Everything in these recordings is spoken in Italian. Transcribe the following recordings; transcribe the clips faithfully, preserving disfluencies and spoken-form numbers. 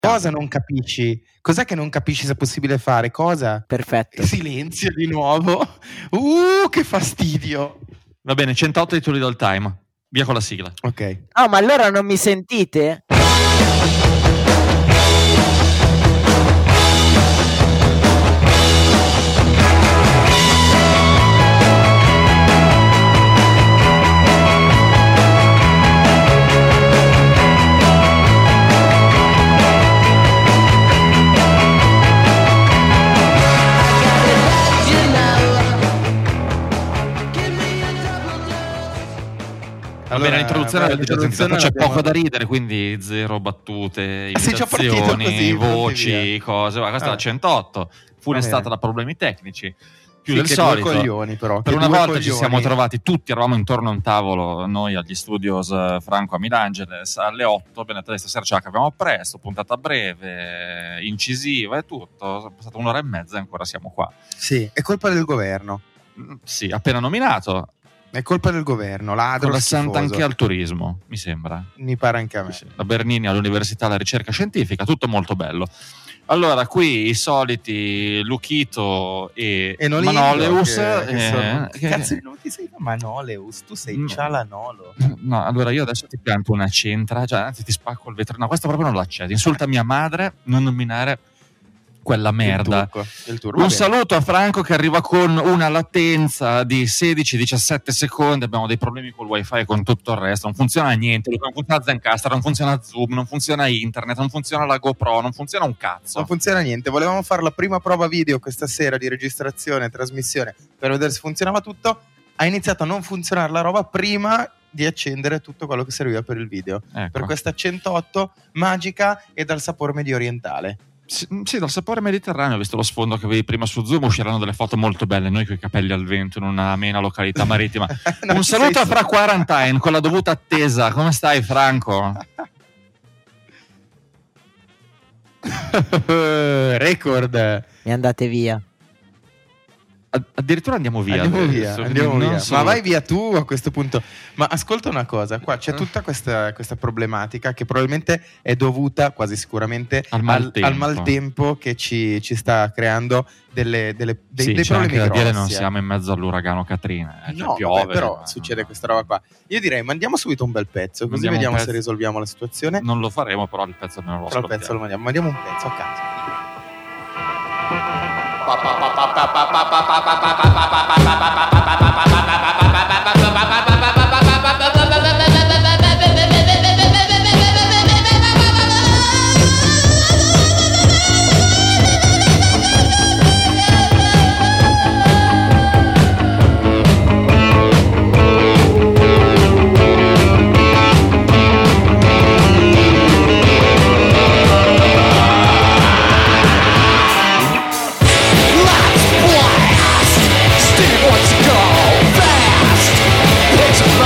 Cosa non capisci? Cos'è che non capisci se è possibile fare? Cosa? Perfetto. Silenzio di nuovo. Uh, che fastidio. Va bene, centotto di Too Little Time. Via con la sigla. Ok. Ah, ma allora non mi sentite? Va bene, l'introduzione, beh, l'introduzione c'è l'abbiamo- poco da ridere, quindi zero battute, Ah, sei già partito imitazioni, così, pronti voci, via. cose. Ma questa è Ah. la centotto, funestata bene. da problemi tecnici, più Sì, del che solito. due coglioni, però. Per che una due volta ci coglioni. siamo trovati tutti, eravamo intorno a un tavolo, noi agli studios eh, Franco a Milangeles alle otto, bene, stasera ce la capiamo presto, puntata breve, incisiva e tutto, è passata un'ora e mezza e ancora siamo qua. Sì, è colpa del governo. Mm, Sì, appena nominato, È colpa del governo, ladro, con la santa schifoso. anche al turismo, mi sembra. Mi pare anche a me. Sì, la Bernini all'università alla ricerca scientifica, tutto molto bello. Allora, qui i soliti Luchito e, E Nolino, Manoleus. che- che eh, sono- che- Cazzo, non ti sei Manoleus, tu sei Mm. Cialanolo. No, allora io adesso ti pianto una centra, cioè anzi ti spacco il vetro. No, questo proprio non l'accetto. Insulta mia madre, non nominare quella merda. Il turco, il turco. Un Va bene. saluto a Franco che arriva con una latenza di sedici diciassette secondi. Abbiamo dei problemi col wifi e con tutto il resto. Non funziona niente. Non funziona Zencaster, non funziona Zoom, non funziona internet, non funziona la GoPro, non funziona un cazzo. Non funziona niente. Volevamo fare la prima prova video questa sera di registrazione e trasmissione per vedere se funzionava tutto. Ha iniziato a non funzionare la roba prima di accendere tutto quello che serviva per il video. Ecco. Per questa centotto magica e dal sapore medio orientale. Sì, sì, dal sapore mediterraneo, ho visto lo sfondo che avevi prima su Zoom, usciranno delle foto molto belle, noi coi capelli al vento in una amena località marittima. Non Un ci saluto sei a Fra Quarantine con la dovuta attesa. Come stai, Franco? Record. Mi andate via. A- addirittura andiamo via. Andiamo via, adesso, andiamo non via. solo- Ma vai via tu a questo punto. Ma ascolta una cosa, qua c'è tutta questa, questa problematica che probabilmente è dovuta quasi sicuramente Al al, maltempo. al maltempo che ci, ci sta creando delle, delle, dei, Sì, dei c'è problemi anche da dire, grossi. non siamo in mezzo all'uragano Katrina, eh, cioè No, piove, vabbè, però ma- succede questa roba qua. Io direi mandiamo subito un bel pezzo, così Mandiamo un vediamo se pezzo. risolviamo la situazione. Non lo faremo, però il pezzo almeno lo Però il ascoltiamo. pezzo lo mandiamo, mandiamo un pezzo a caso. Steve wants to go fast. Picture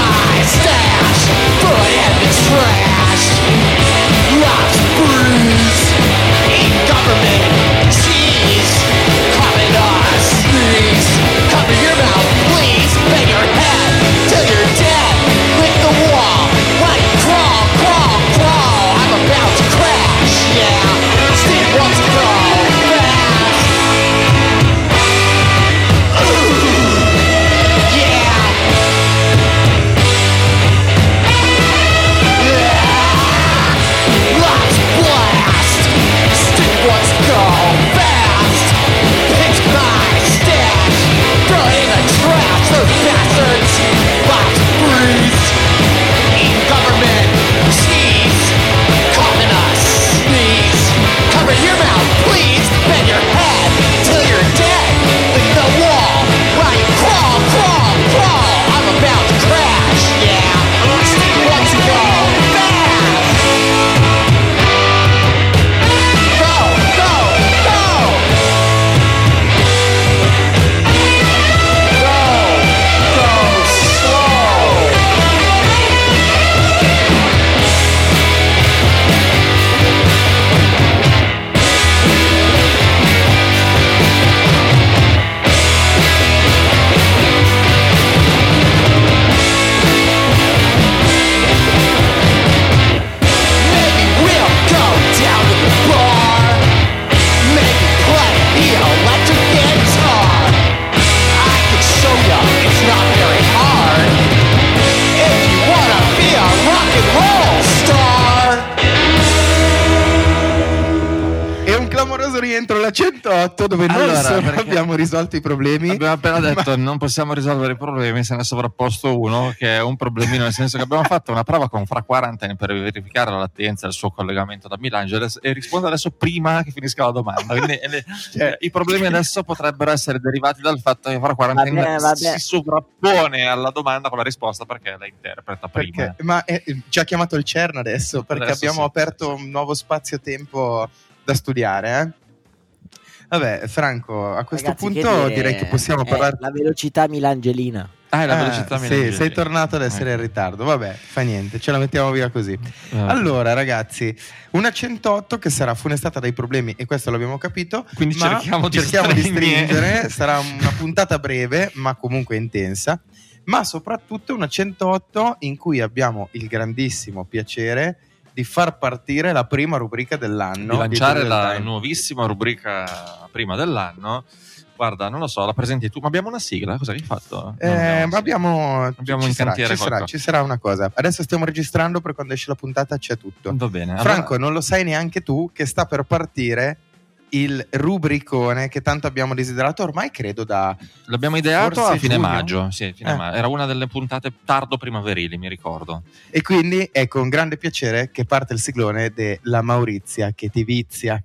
Adesso rientro alla centootto dove non Allora, solo perché abbiamo risolto i problemi. abbiamo appena detto ma- non possiamo risolvere i problemi, se ne è sovrapposto uno che è un problemino, nel senso che abbiamo fatto una prova con Fra Quarantine per verificare la latenza del suo collegamento da Milangeles e risponde adesso prima che finisca la domanda. Quindi le- Cioè- i problemi adesso potrebbero essere derivati dal fatto che Fra Quarantine Vabbè, vabbè. si sovrappone alla domanda con la risposta perché la interpreta prima. Perché, ma è, ci ha chiamato il CERN adesso perché Adesso abbiamo sì, aperto sì. un nuovo spazio-tempo da studiare. Eh? Vabbè, Franco, a questo Ragazzi, punto che dire, direi che possiamo è parlare. la velocità milangelina. Ah, è la Ah, velocità sì, milanese. sei tornato ad essere in Ecco. ritardo. Vabbè, fa niente, ce la mettiamo via così. Ah. Allora, ragazzi, una centootto che sarà funestata dai problemi, e questo l'abbiamo capito. Quindi ma cerchiamo di cerchiamo di stringere. stringere. Sarà una puntata breve, ma comunque intensa. Ma soprattutto una centootto in cui abbiamo il grandissimo piacere di far partire la prima rubrica dell'anno. Di lanciare Tour del la Time. nuovissima rubrica prima dell'anno. Guarda, non lo so, la presenti tu, ma abbiamo una sigla? Cosa hai fatto? Eh, Non abbiamo ma abbiamo, Abbiamo ci in sarà, cantiere ci sarà, qualcosa. ci sarà una cosa. Adesso stiamo registrando, per quando esce la puntata c'è tutto. Va bene. Franco, allora- non lo sai neanche tu che sta per partire il rubricone che tanto abbiamo desiderato ormai, credo da l'abbiamo ideato forse a fine giugno? maggio. Sì, fine Eh. ma- Era una delle puntate tardo primaverili, mi ricordo. e quindi è con grande piacere che parte il siglone della Maurizia che ti vizia.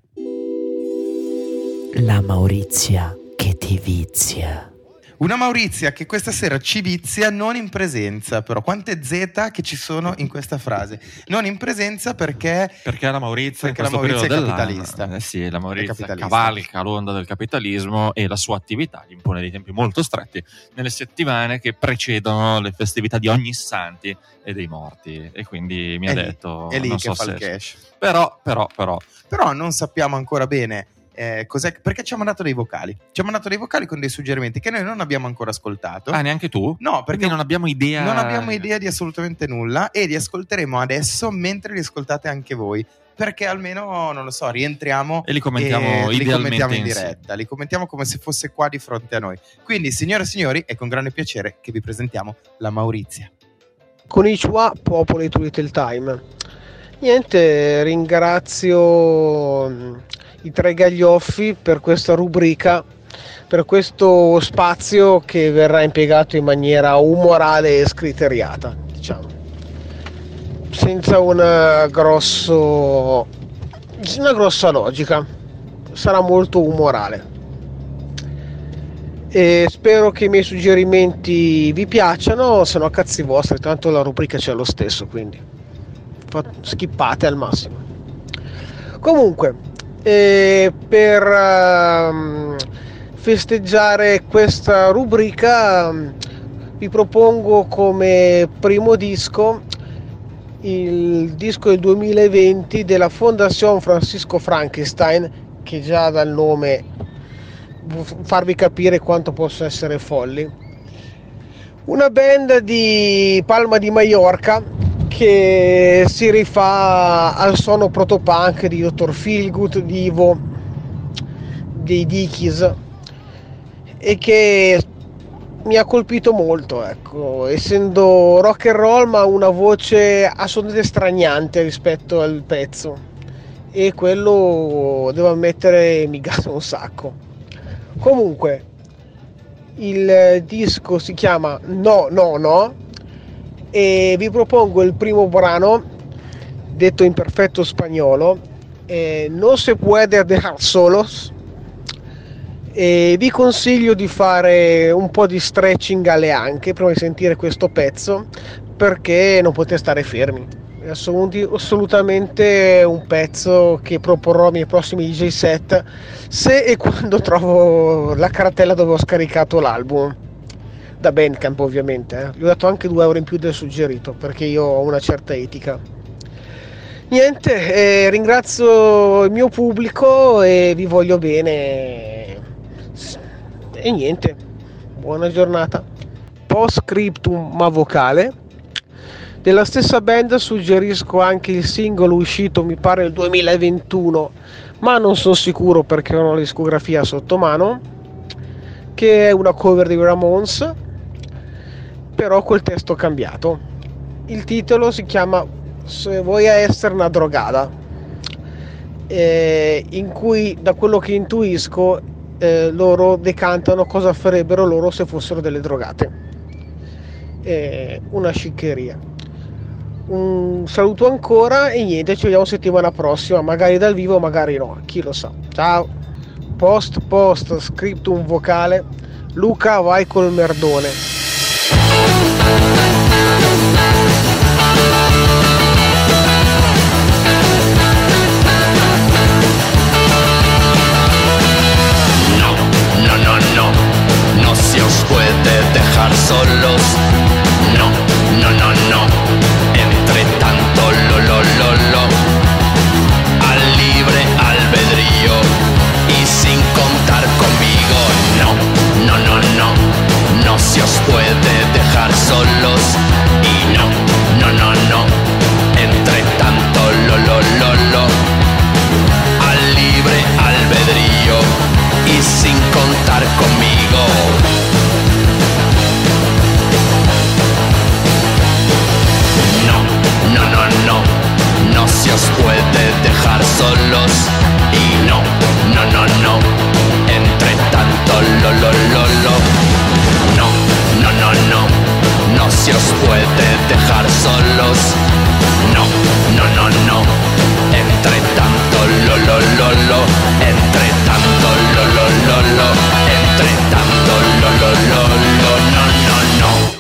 La Maurizia che ti vizia. Una Maurizia che questa sera ci vizia non in presenza, però quante Z che ci sono in questa frase. Non in presenza perché Perché la Maurizia Perché in la questo Maurizia periodo è dell'anno- capitalista. eh sì, la Maurizia È capitalista. cavalca l'onda del capitalismo e la sua attività gli impone dei tempi molto stretti nelle settimane che precedono le festività di ogni santi e dei morti, e quindi mi è ha lì, detto è lì non che so fa se il cash. però però però Però non sappiamo ancora bene eh, cos'è, perché ci ha mandato dei vocali. Ci ha mandato dei vocali con dei suggerimenti che noi non abbiamo ancora ascoltato. ah, neanche tu? No, perché Quindi non abbiamo idea non abbiamo idea di assolutamente nulla e li ascolteremo adesso mentre li ascoltate anche voi. Perché almeno, non lo so, rientriamo e li commentiamo e li idealmente commentiamo in insieme. diretta, li commentiamo come se fosse qua di fronte a noi. Quindi, signore e signori, è con grande piacere che vi presentiamo la Maurizia. Konnichiwa, popolo di Little Time. Niente, ringrazio mh, i tre gaglioffi per questa rubrica, per questo spazio che verrà impiegato in maniera umorale e scriteriata, diciamo, senza una grosso una grossa logica. Sarà molto umorale e spero che i miei suggerimenti vi piacciono, se no cazzi vostri, tanto la rubrica c'è lo stesso, quindi fa- skippate al massimo. Comunque, eh, per ehm, festeggiare questa rubrica ehm, vi propongo come primo disco il disco del duemilaventi della Fondazione Francisco Frankenstein, che già dal nome può farvi capire quanto possa essere folli. Una band di Palma di Mallorca che si rifà al suono protopunk di dottor Feelgood, di Ivo, dei Dickies, e che mi ha colpito molto, ecco, essendo rock and roll ma una voce assolutamente straniante rispetto al pezzo, e quello devo ammettere mi gasa un sacco. Comunque il disco si chiama No No No e vi propongo il primo brano, detto in perfetto spagnolo, eh, No se puede dejar solos, e vi consiglio di fare un po' di stretching alle anche prima di sentire questo pezzo, perché non potete stare fermi. È assoluti- assolutamente un pezzo che proporrò ai miei prossimi D J set, se e quando trovo la cartella dove ho scaricato l'album, da Bandcamp ovviamente, eh. Gli ho dato anche due euro in più del suggerito, perché io ho una certa etica. Niente, eh, ringrazio il mio pubblico e vi voglio bene. E niente, buona giornata. Post scriptum ma vocale. Della stessa band suggerisco anche il singolo uscito mi pare nel duemilaventuno, ma non sono sicuro perché non ho la discografia sotto mano, che è una cover dei Ramones, però col testo cambiato. Il titolo si chiama Se voy a essere una drogada eh, in cui, da quello che intuisco, eh, loro decantano cosa farebbero loro se fossero delle drogate. Eh, una sciccheria. Un saluto ancora e niente, ci vediamo settimana prossima, magari dal vivo, magari no, chi lo sa. Ciao. Post post scriptum vocale. Luca, vai col merdone. No, no, no, no, no se os puede dejar solos. No, no, no, no, entre tanto lo, lo, lo, lo, al libre albedrío y sin contar conmigo. No, no, no, no, no se os puede dejar solos. Y no, no, no, no, entre tanto lo, lo, lo, lo, al libre albedrío y sin contar conmigo. No, no, no, no, no se os puede dejar solos. Y no, no, no, no, entre tanto lo, lo, lo, lo, no, no, no, no, no se os puede dejar solos. No, no, no, no, entre tanto lo, lo, lo, lo, entre tanto lo, lo, lo, lo, entre tanto lo, lo, lo, lo, no, no, no.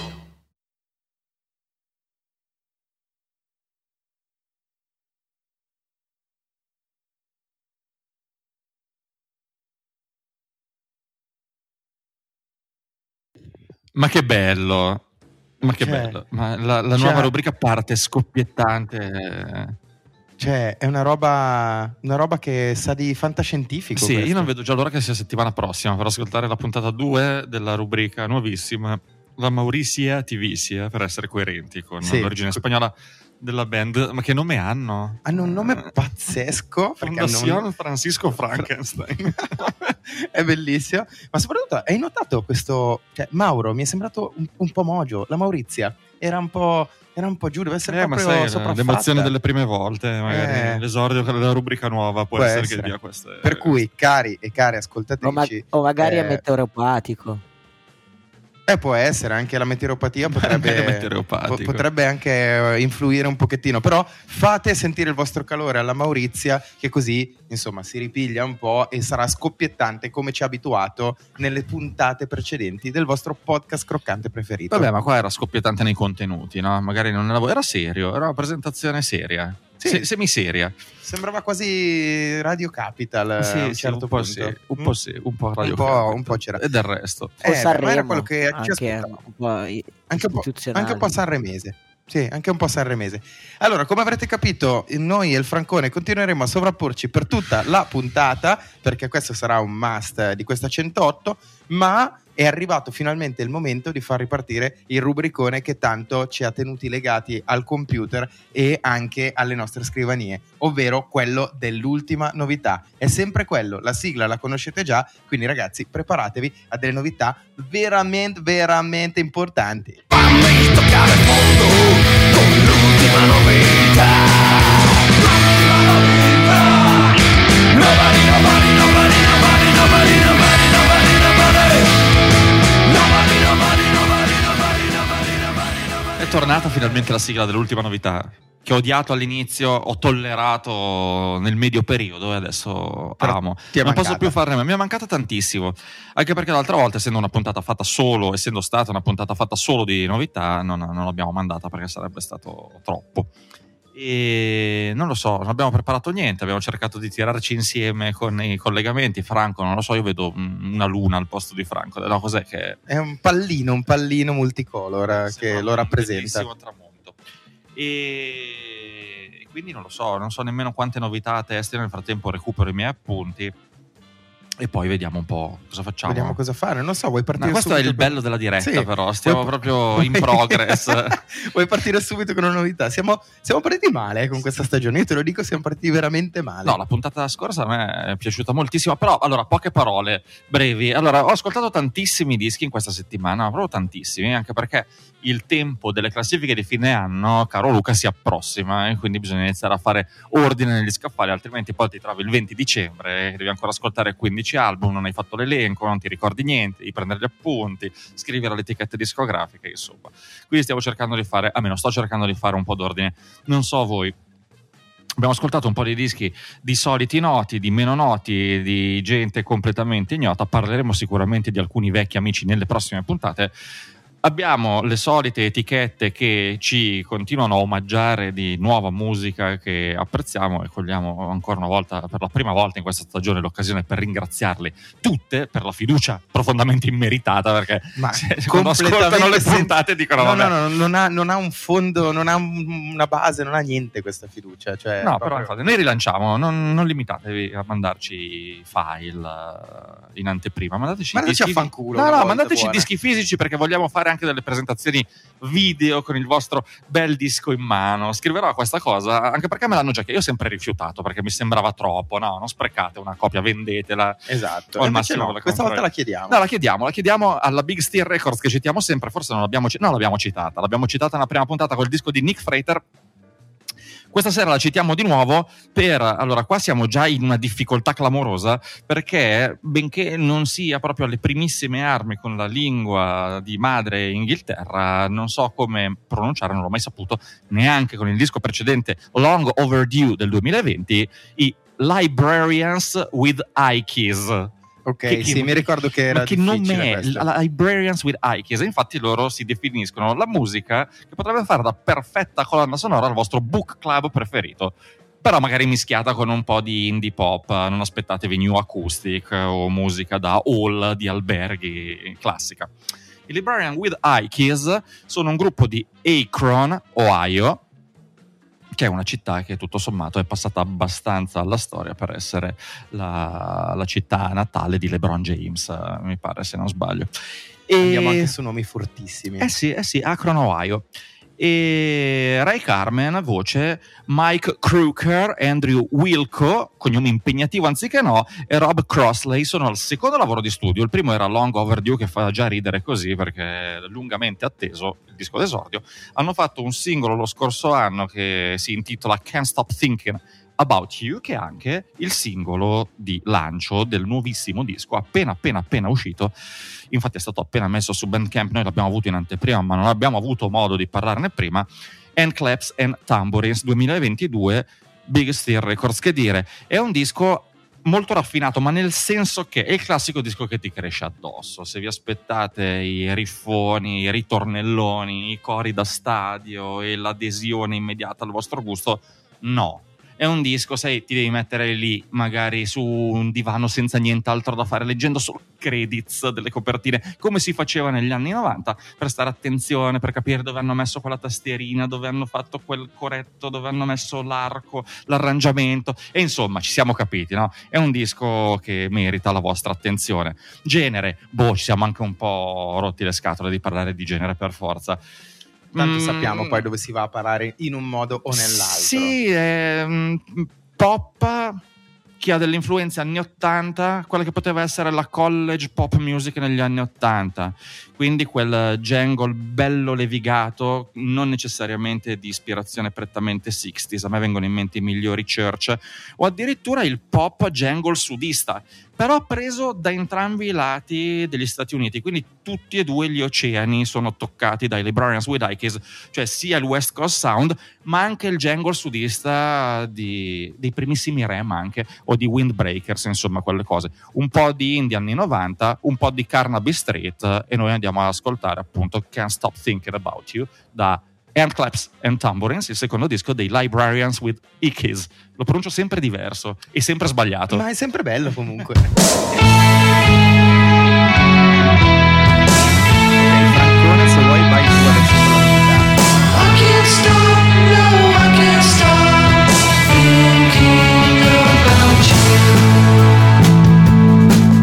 Ma che bello, ma che Cioè, bello. Ma la, la cioè- nuova rubrica parte scoppiettante. Cioè, è una roba, una roba che sa di fantascientifico. Sì, questo. io non vedo già l'ora che sia settimana prossima per ascoltare la puntata due della rubrica nuovissima, la Mauricia Tivicia, per essere coerenti con Sì. l'origine spagnola della band. Ma che nome hanno? Hanno un nome pazzesco. perché hanno Fondazione un- Francisco Frankenstein. È bellissimo. Ma soprattutto, hai notato questo? Cioè, Mauro mi è sembrato un, un po' mogio. La Maurizia era un po', era un po' giù, deve essere Eh, ma proprio sai, sopraffatta. l'emozione delle prime volte, magari Eh. l'esordio della rubrica nuova può, Può essere, essere. che dia queste. Per cui, cari e cari O, ma- ascoltatrici, o magari eh, è meteoropatico. eh, può essere anche la meteoropatia potrebbe, Anche meteoropatico. po- potrebbe anche eh, influire un pochettino, però fate sentire il vostro calore alla Maurizia, che così insomma si ripiglia un po' e sarà scoppiettante come ci ha abituato nelle puntate precedenti del vostro podcast croccante preferito. Vabbè, ma qua era scoppiettante nei contenuti, no? Magari non era, era serio, era una presentazione seria, Sì. se- semiseria. Sembrava quasi Radio Capital a un certo un po' punto. sì, un Mm? po' sì, un po' Radio Un po'- Capital. un po' c'era. E del resto. O Eh, ma Sanremo, era quello che ci anche aspettavamo. un po' i- Anche un, po', istituzionale. anche un po' sanremese. Sì, anche un po' sanremese. Allora, come avrete capito, noi e il Francone continueremo a sovrapporci per tutta la puntata, perché questo sarà un must di questa centootto, ma è arrivato finalmente il momento di far ripartire il rubricone che tanto ci ha tenuti legati al computer e anche alle nostre scrivanie, ovvero quello dell'ultima novità. È sempre quello, la sigla la conoscete già, quindi ragazzi preparatevi a delle novità veramente, veramente importanti. Fammi toccare il fondo con l'ultima novità. L'ultima novità. Nobody, nobody, nobody, nobody, nobody, nobody, nobody, nobody. Nobody, nobody, nobody, nobody, nobody, nobody, nobody. È tornata finalmente la sigla dell'ultima novità, che ho odiato all'inizio, ho tollerato nel medio periodo e adesso Però amo. ti è Non posso mancata. più farne, ma mi è mancata tantissimo. Anche perché l'altra volta, essendo una puntata fatta solo, essendo stata una puntata fatta solo di novità, non, non l'abbiamo mandata perché sarebbe stato troppo. E non lo so, non abbiamo preparato niente, abbiamo cercato di tirarci insieme con i collegamenti. Franco, non lo so, io vedo un- una luna al posto di Franco. No, cos'è che È un pallino, un pallino multicolor che sembra lo un rappresenta. bellissimo tramonto. E e quindi non lo so, non so nemmeno quante novità a testi. Nel frattempo recupero i miei appunti e poi vediamo un po' cosa facciamo. Vediamo cosa fare, non so, vuoi partire No, questo è subito il con- bello della diretta, Sì. però stiamo Vuoi- proprio in vuoi- progress. Vuoi partire subito con una novità? Siamo, siamo partiti male eh, con questa stagione, io te lo dico, siamo partiti veramente male. No, la puntata scorsa a me è piaciuta moltissimo, però allora poche parole brevi. Allora, ho ascoltato tantissimi dischi in questa settimana, proprio tantissimi, anche perché il tempo delle classifiche di fine anno, caro Luca, si approssima e quindi bisogna iniziare a fare ordine negli scaffali, altrimenti poi ti trovi il venti dicembre, devi ancora ascoltare quindici album, non hai fatto l'elenco, non ti ricordi niente, devi prendere gli appunti, scrivere le etichette discografiche, insomma. Quindi stiamo cercando di fare, almeno sto cercando di fare un po' d'ordine. Non so voi. Abbiamo ascoltato un po' di dischi di soliti noti, di meno noti, di gente completamente ignota. Parleremo sicuramente di alcuni vecchi amici nelle prossime puntate. Abbiamo le solite etichette che ci continuano a omaggiare di nuova musica che apprezziamo, e cogliamo ancora una volta, per la prima volta in questa stagione, l'occasione per ringraziarle tutte per la fiducia profondamente immeritata, perché Ma se- quando ascoltano le completamente sen- puntate dicono no, vabbè. no, no, non ha, non ha un fondo, non ha un- una base, non ha niente questa fiducia. Cioè, No, proprio- però infatti noi rilanciamo, non, non limitatevi a mandarci file eh, in anteprima, mandateci, Mandateci dischi- a fanculo No, una no, volta mandateci buona. dischi fisici, perché vogliamo fare anche delle presentazioni video con il vostro bel disco in mano. Scriverò questa cosa, anche perché me l'hanno già chiesto. Io ho sempre rifiutato perché mi sembrava troppo. No, non sprecate una copia, vendetela. Esatto. O al Invece massimo no, la questa compro volta io. la chiediamo. No, la chiediamo, la chiediamo alla Big Steel Records, che citiamo sempre. Forse non l'abbiamo, ci- no, l'abbiamo citata. L'abbiamo citata nella prima puntata col disco di Nick Frater. Questa sera la citiamo di nuovo per, allora qua siamo già in una difficoltà clamorosa, perché benché non sia proprio alle primissime armi con la lingua di madre Inghilterra, non so come pronunciare, non l'ho mai saputo, neanche con il disco precedente Long Overdue del duemilaventi, i Librarians with Eye Keys. Ok, Che- sì, che- mi ricordo che era Ma che nome difficile è? questo. La- Librarians with Eye Keys. Infatti loro si definiscono la musica che potrebbe fare da perfetta colonna sonora al vostro book club preferito, però magari mischiata con un po' di indie pop. Non aspettatevi new acoustic o musica da hall di alberghi classica. I Librarian with Eye Keys sono un gruppo di Akron, Ohio, che è una città che tutto sommato è passata abbastanza alla storia per essere la, la città natale di LeBron James, eh, mi pare, se non sbaglio. E... Andiamo anche su nomi fortissimi. Eh sì, eh sì, Akron, Ohio. E Ray Carmen, voce, Mike Crooker, Andrew Wilco, cognome impegnativo anziché no, e Rob Crossley sono al secondo lavoro di studio. Il primo era Long Overdue, che fa già ridere così perché è lungamente atteso, il disco d'esordio. Hanno fatto un singolo lo scorso anno che si intitola Can't Stop Thinking About You, che è anche il singolo di lancio del nuovissimo disco appena appena appena uscito. Infatti è stato appena messo su Bandcamp, noi l'abbiamo avuto in anteprima ma non abbiamo avuto modo di parlarne prima. And Claps and Tambourines duemilaventidue, Big Steel Records. Che dire, è un disco molto raffinato, ma nel senso che è il classico disco che ti cresce addosso. Se vi aspettate i riffoni, i ritornelloni, i cori da stadio e l'adesione immediata al vostro gusto, no. È un disco, sai, ti devi mettere lì magari su un divano senza nient'altro da fare, leggendo solo credits delle copertine, come si faceva negli anni novanta, per stare attenzione, per capire dove hanno messo quella tastierina, dove hanno fatto quel coretto, dove hanno messo l'arco, l'arrangiamento, e insomma ci siamo capiti, no? È un disco che merita la vostra attenzione. Genere, boh, ci siamo anche un po' rotti le scatole di parlare di genere per forza. Tanto Mm, sappiamo poi dove si va a parare in un modo o nell'altro. Sì, è, mm, pop che ha delle influenze anni ottanta, quella che poteva essere la college pop music negli anni ottanta, quindi quel jangle bello levigato, non necessariamente di ispirazione prettamente sessantasei. A me vengono in mente i migliori Church, o addirittura il pop jangle sudista, però preso da entrambi i lati degli Stati Uniti, quindi tutti e due gli oceani sono toccati dai Librarians with Eye Keys, cioè sia il West Coast Sound ma anche il jangle sudista di, dei primissimi Rem anche, o di Windbreakers, insomma quelle cose, un po' di indie anni novanta, un po' di Carnaby Street, e noi andiamo ad ascoltare appunto Can't Stop Thinking About You da And Claps and Tambourines, il secondo disco dei Librarians with Eye Keys. Lo pronuncio sempre diverso e sempre sbagliato, Ma è sempre bello comunque. Francone, se vuoi vai tu adesso con la novità. I can't stop, no, I can't stop thinking about you.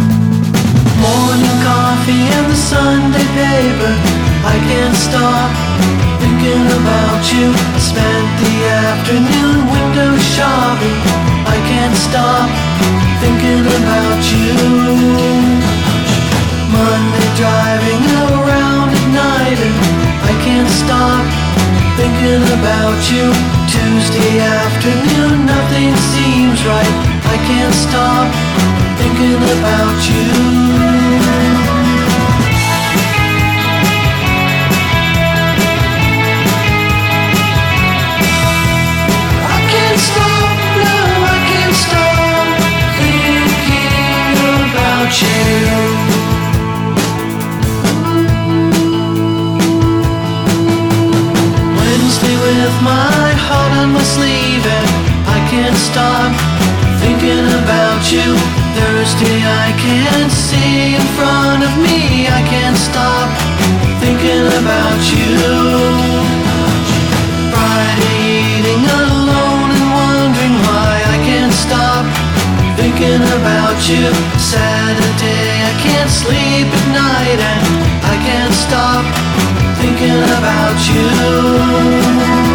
stop thinking about you. Spent the afternoon window shopping. I can't stop thinking about you. Monday driving around at night and I can't stop thinking about you. Tuesday afternoon, nothing seems right. I can't stop thinking about you. You. Wednesday with my heart on my sleeve and I can't stop thinking about you. Thursday I can't see in front of me. I can't stop thinking about you. Friday eating alone and wondering why I can't stop thinking about you. Saturday I can't sleep at night and I can't stop thinking about you.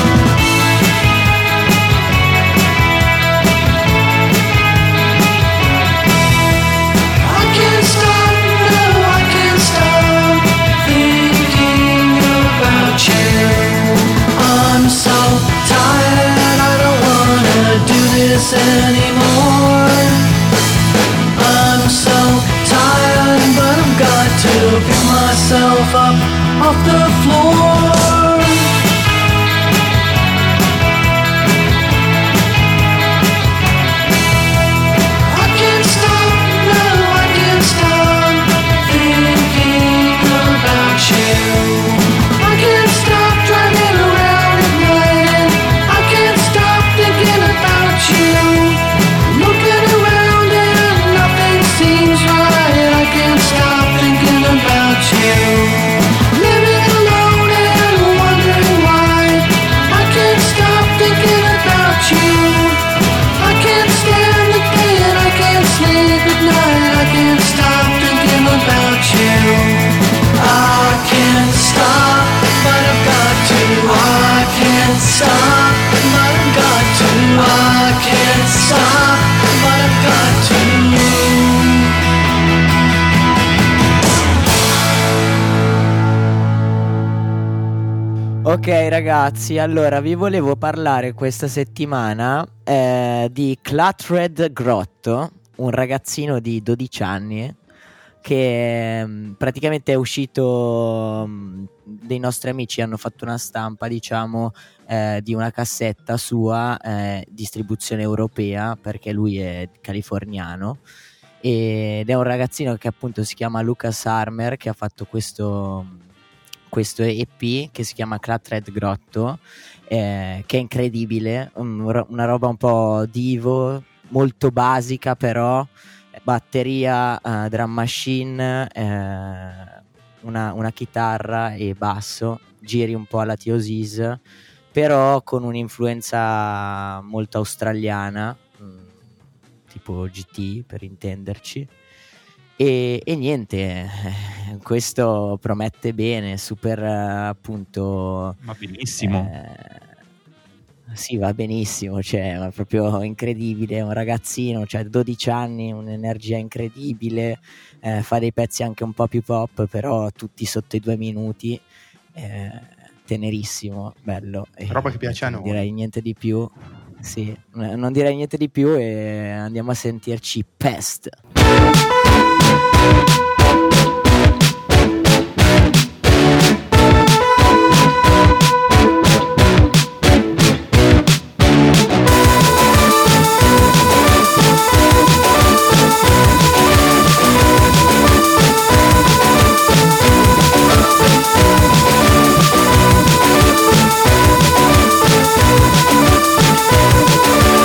I'm so tired, I don't wanna do this anymore. I'm so tired, but I've got to pick myself up off the floor. I can't stop, no, I can't stop thinking about you. I can't stop driving around at night and I can't stop thinking about you. Looking around and nothing seems right. I can't stop thinking about you. Living alone and wondering why. I can't stop thinking about you. I can't stand the day and I can't sleep at night. I can't stop thinking about you. I can't stop, but I've got to. I can't stop, but I've got to. I can't stop, but I've got to. Ok ragazzi, allora vi volevo parlare questa settimana eh, di Cluttered Grotto, un ragazzino di dodici anni che mh, praticamente è uscito, mh, dei nostri amici hanno fatto una stampa, diciamo, eh, di una cassetta sua, eh, distribuzione europea, perché lui è californiano, ed è un ragazzino che appunto si chiama Lucas Armer, che ha fatto questo, questo E P che si chiama Cluttered Grotto, eh, che è incredibile, un, una roba un po' divo, molto basica però, batteria, uh, drum machine, eh, una, una chitarra e basso, giri un po' alla T O S I S, però con un'influenza molto australiana, mh, tipo G T per intenderci, e, e niente, eh, questo promette bene, super uh, appunto, Ma benissimo. eh, sì, va benissimo, cioè, è proprio incredibile, un ragazzino, cioè dodici anni, un'energia incredibile, eh, fa dei pezzi anche un po' più pop, però tutti sotto i due minuti, eh, tenerissimo, bello. Roba che piace a non noi. direi niente di più, sì, non direi niente di più e andiamo a sentirci Pest.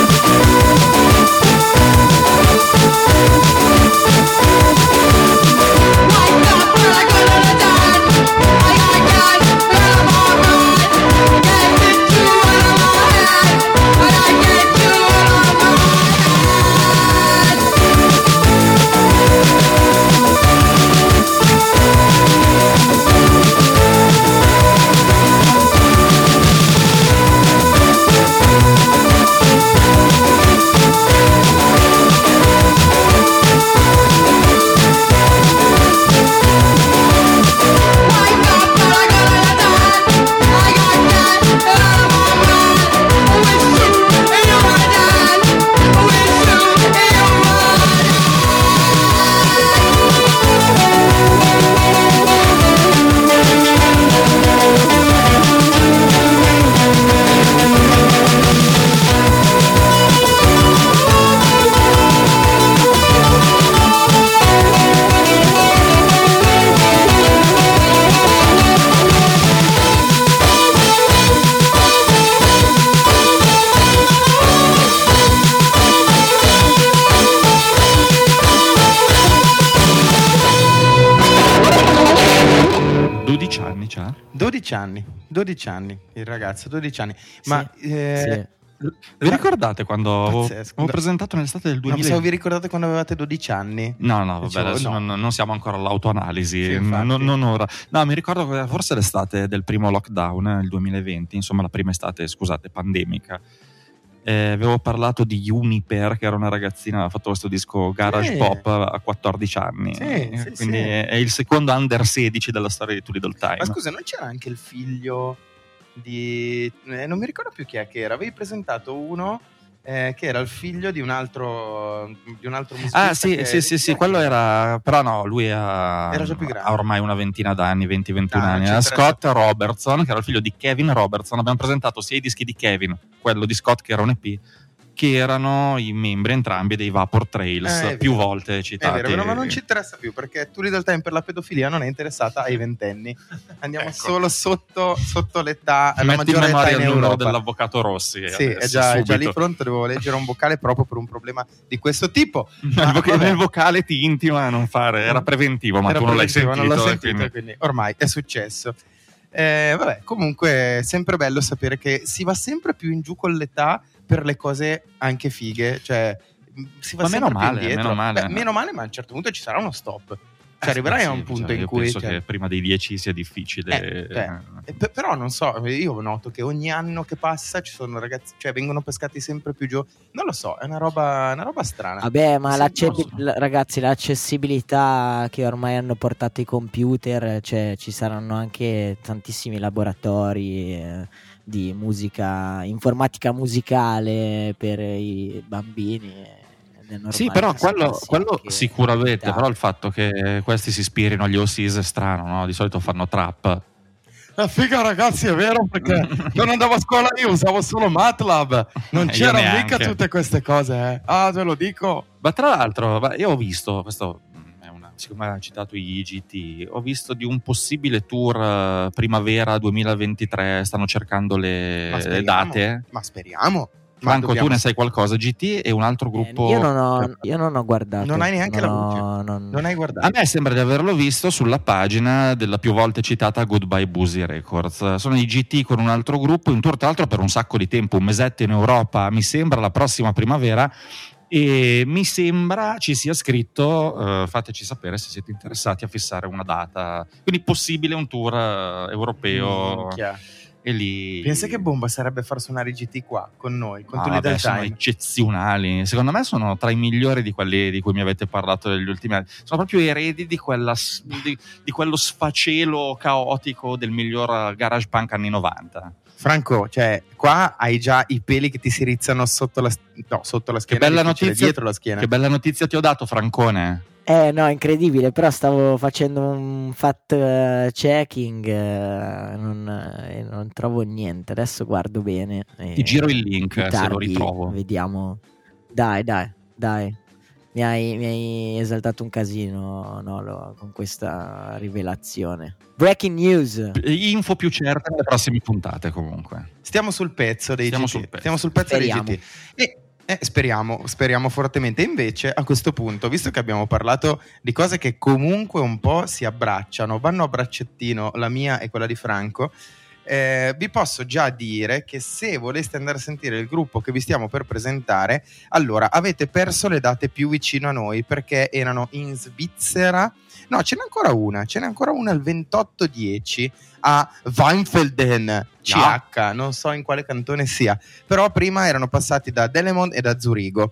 Thank dodici anni, dodici anni il ragazzo, dodici anni. Ma Sì, eh, sì. Vi ricordate quando avevo, Pazzesco. avevo presentato nell'estate del non duemila? pensavo vi ricordate quando avevate dodici anni? No, no, vabbè, Dicevo, adesso no. Non, non siamo ancora all'autoanalisi, Sì, n- infatti. non, non ora. No, mi ricordo che forse l'estate del primo lockdown, eh, il duemilaventi, insomma la prima estate, scusate, pandemica. Eh, avevo parlato di Juniper, che era una ragazzina, aveva fatto questo disco garage Sì. pop a quattordici anni. Sì, Eh, sì, quindi sì. È, è il secondo under sedici della storia di Too Little Time. Ma scusa, non c'era anche il figlio di... eh, non mi ricordo più chi è che era. Avevi presentato uno eh, che era il figlio di un altro di un altro musicista. Ah sì, che- sì, sì, sì, quello era, però no, lui ha, Era già più grande. ha ormai una ventina d'anni, venti ventuno Ah, non anni. ci Era interessa. Scott Robertson, che era il figlio di Kevin Robertson. Abbiamo presentato sia i dischi di Kevin, quello di Scott che era un E P, che erano i membri entrambi dei Vapor Trails, Eh, è più vero. volte È citati. vero, vero, ma non ci interessa più perché Too Little Time per la pedofilia non è interessata ai ventenni. Andiamo Ecco. solo sotto, sotto l'età, la Metti in maggiore età memoria in il numero Europa. dell'avvocato Rossi. Sì, è adesso, già, è già lì subito. pronto, devo leggere un vocale proprio per un problema di questo tipo. Nel, voca- vabbè. nel vocale ti intima a non fare, era preventivo, ma Era tu non l'hai preventivo, sentito. non l'ho e sentito, quindi- quindi ormai è successo. Eh, vabbè, comunque è sempre bello sapere che si va sempre più in giù con l'età per le cose anche fighe, cioè mh, si va Ma sempre meno più male, indietro. meno male. Beh, meno male, ma a un certo punto ci sarà uno stop. Eh, Cioè, arriverai sì, a un punto cioè, in io cui penso cioè, che prima dei dieci sia difficile. Eh, cioè, eh, pe- però non so, io noto che ogni anno che passa ci sono ragazzi, cioè vengono pescati sempre più giù. Non lo so, è una roba, una roba strana. Vabbè, ma Sì, l'acce- non so. l- ragazzi, l'accessibilità che ormai hanno portato i computer, cioè ci saranno anche tantissimi laboratori eh, di musica, informatica musicale per i bambini. eh, ed è normale Sì, però che si quello, passi quello anche sicuramente, in però il fatto che questi si ispirino agli O S I S è strano, no? Di solito fanno trap. La figa, ragazzi, è vero, perché non andavo a scuola io, usavo solo MATLAB. Non Io c'erano neanche. mica tutte queste cose, eh. Ah, te lo dico. Ma tra l'altro, beh, io ho visto, questo mm, è una, siccome ha citato i G T, ho visto di un possibile tour eh, primavera duemilaventitré, stanno cercando le, Ma le speriamo. date. Ma speriamo. Ma Franco, dobbiamo- tu ne sai qualcosa? G T e un altro Eh, gruppo... io, non ho, io non ho guardato. Non hai neanche non la voce. ho- non- Non hai guardato. A me sembra di averlo visto sulla pagina della più volte citata Goodbye Boozy Records. Sono i G T con un altro gruppo, in tour tra l'altro per un sacco di tempo, un mesetto in Europa, mi sembra la prossima primavera, e mi sembra ci sia scritto, eh, fateci sapere se siete interessati a fissare una data, quindi possibile un tour eh, europeo. Minchia. E lì... Pensa che bomba sarebbe far suonare i G T qua con noi, con Ah, Too vabbè, Little sono Time. eccezionali. Secondo me sono tra i migliori di quelli di cui mi avete parlato negli ultimi anni. Sono proprio eredi di, quella, s- di, di quello sfacelo caotico del miglior garage punk anni novanta. Franco, cioè, qua hai già i peli che ti si rizzano sotto la, no, sotto la schiena, bella è difficile, notizia- dietro la schiena. Che bella notizia ti ho dato, Francone. Eh no, incredibile, però stavo facendo un fact eh, checking eh, non, eh, non trovo niente, adesso guardo bene. eh, Ti giro il link, più se lo tardi ritrovo. Vediamo. Dai, dai, dai. Mi hai, mi hai esaltato un casino, Nolo, con questa rivelazione. Breaking news. Info più certe nelle prossime puntate, comunque. Stiamo sul pezzo dei Stiamo G T. sul pezzo. Stiamo sul pezzo Speriamo. dei G T. E eh, speriamo, speriamo fortemente. Invece, a questo punto, visto che abbiamo parlato di cose che comunque un po' si abbracciano, vanno a braccettino la mia e quella di Franco, eh, vi posso già dire che se voleste andare a sentire il gruppo che vi stiamo per presentare, allora avete perso le date più vicino a noi, perché erano in Svizzera. No, ce n'è ancora una, ce n'è ancora una il ventotto dieci a Weinfelden C H, non so in quale cantone sia, però prima erano passati da Delemont e da Zurigo.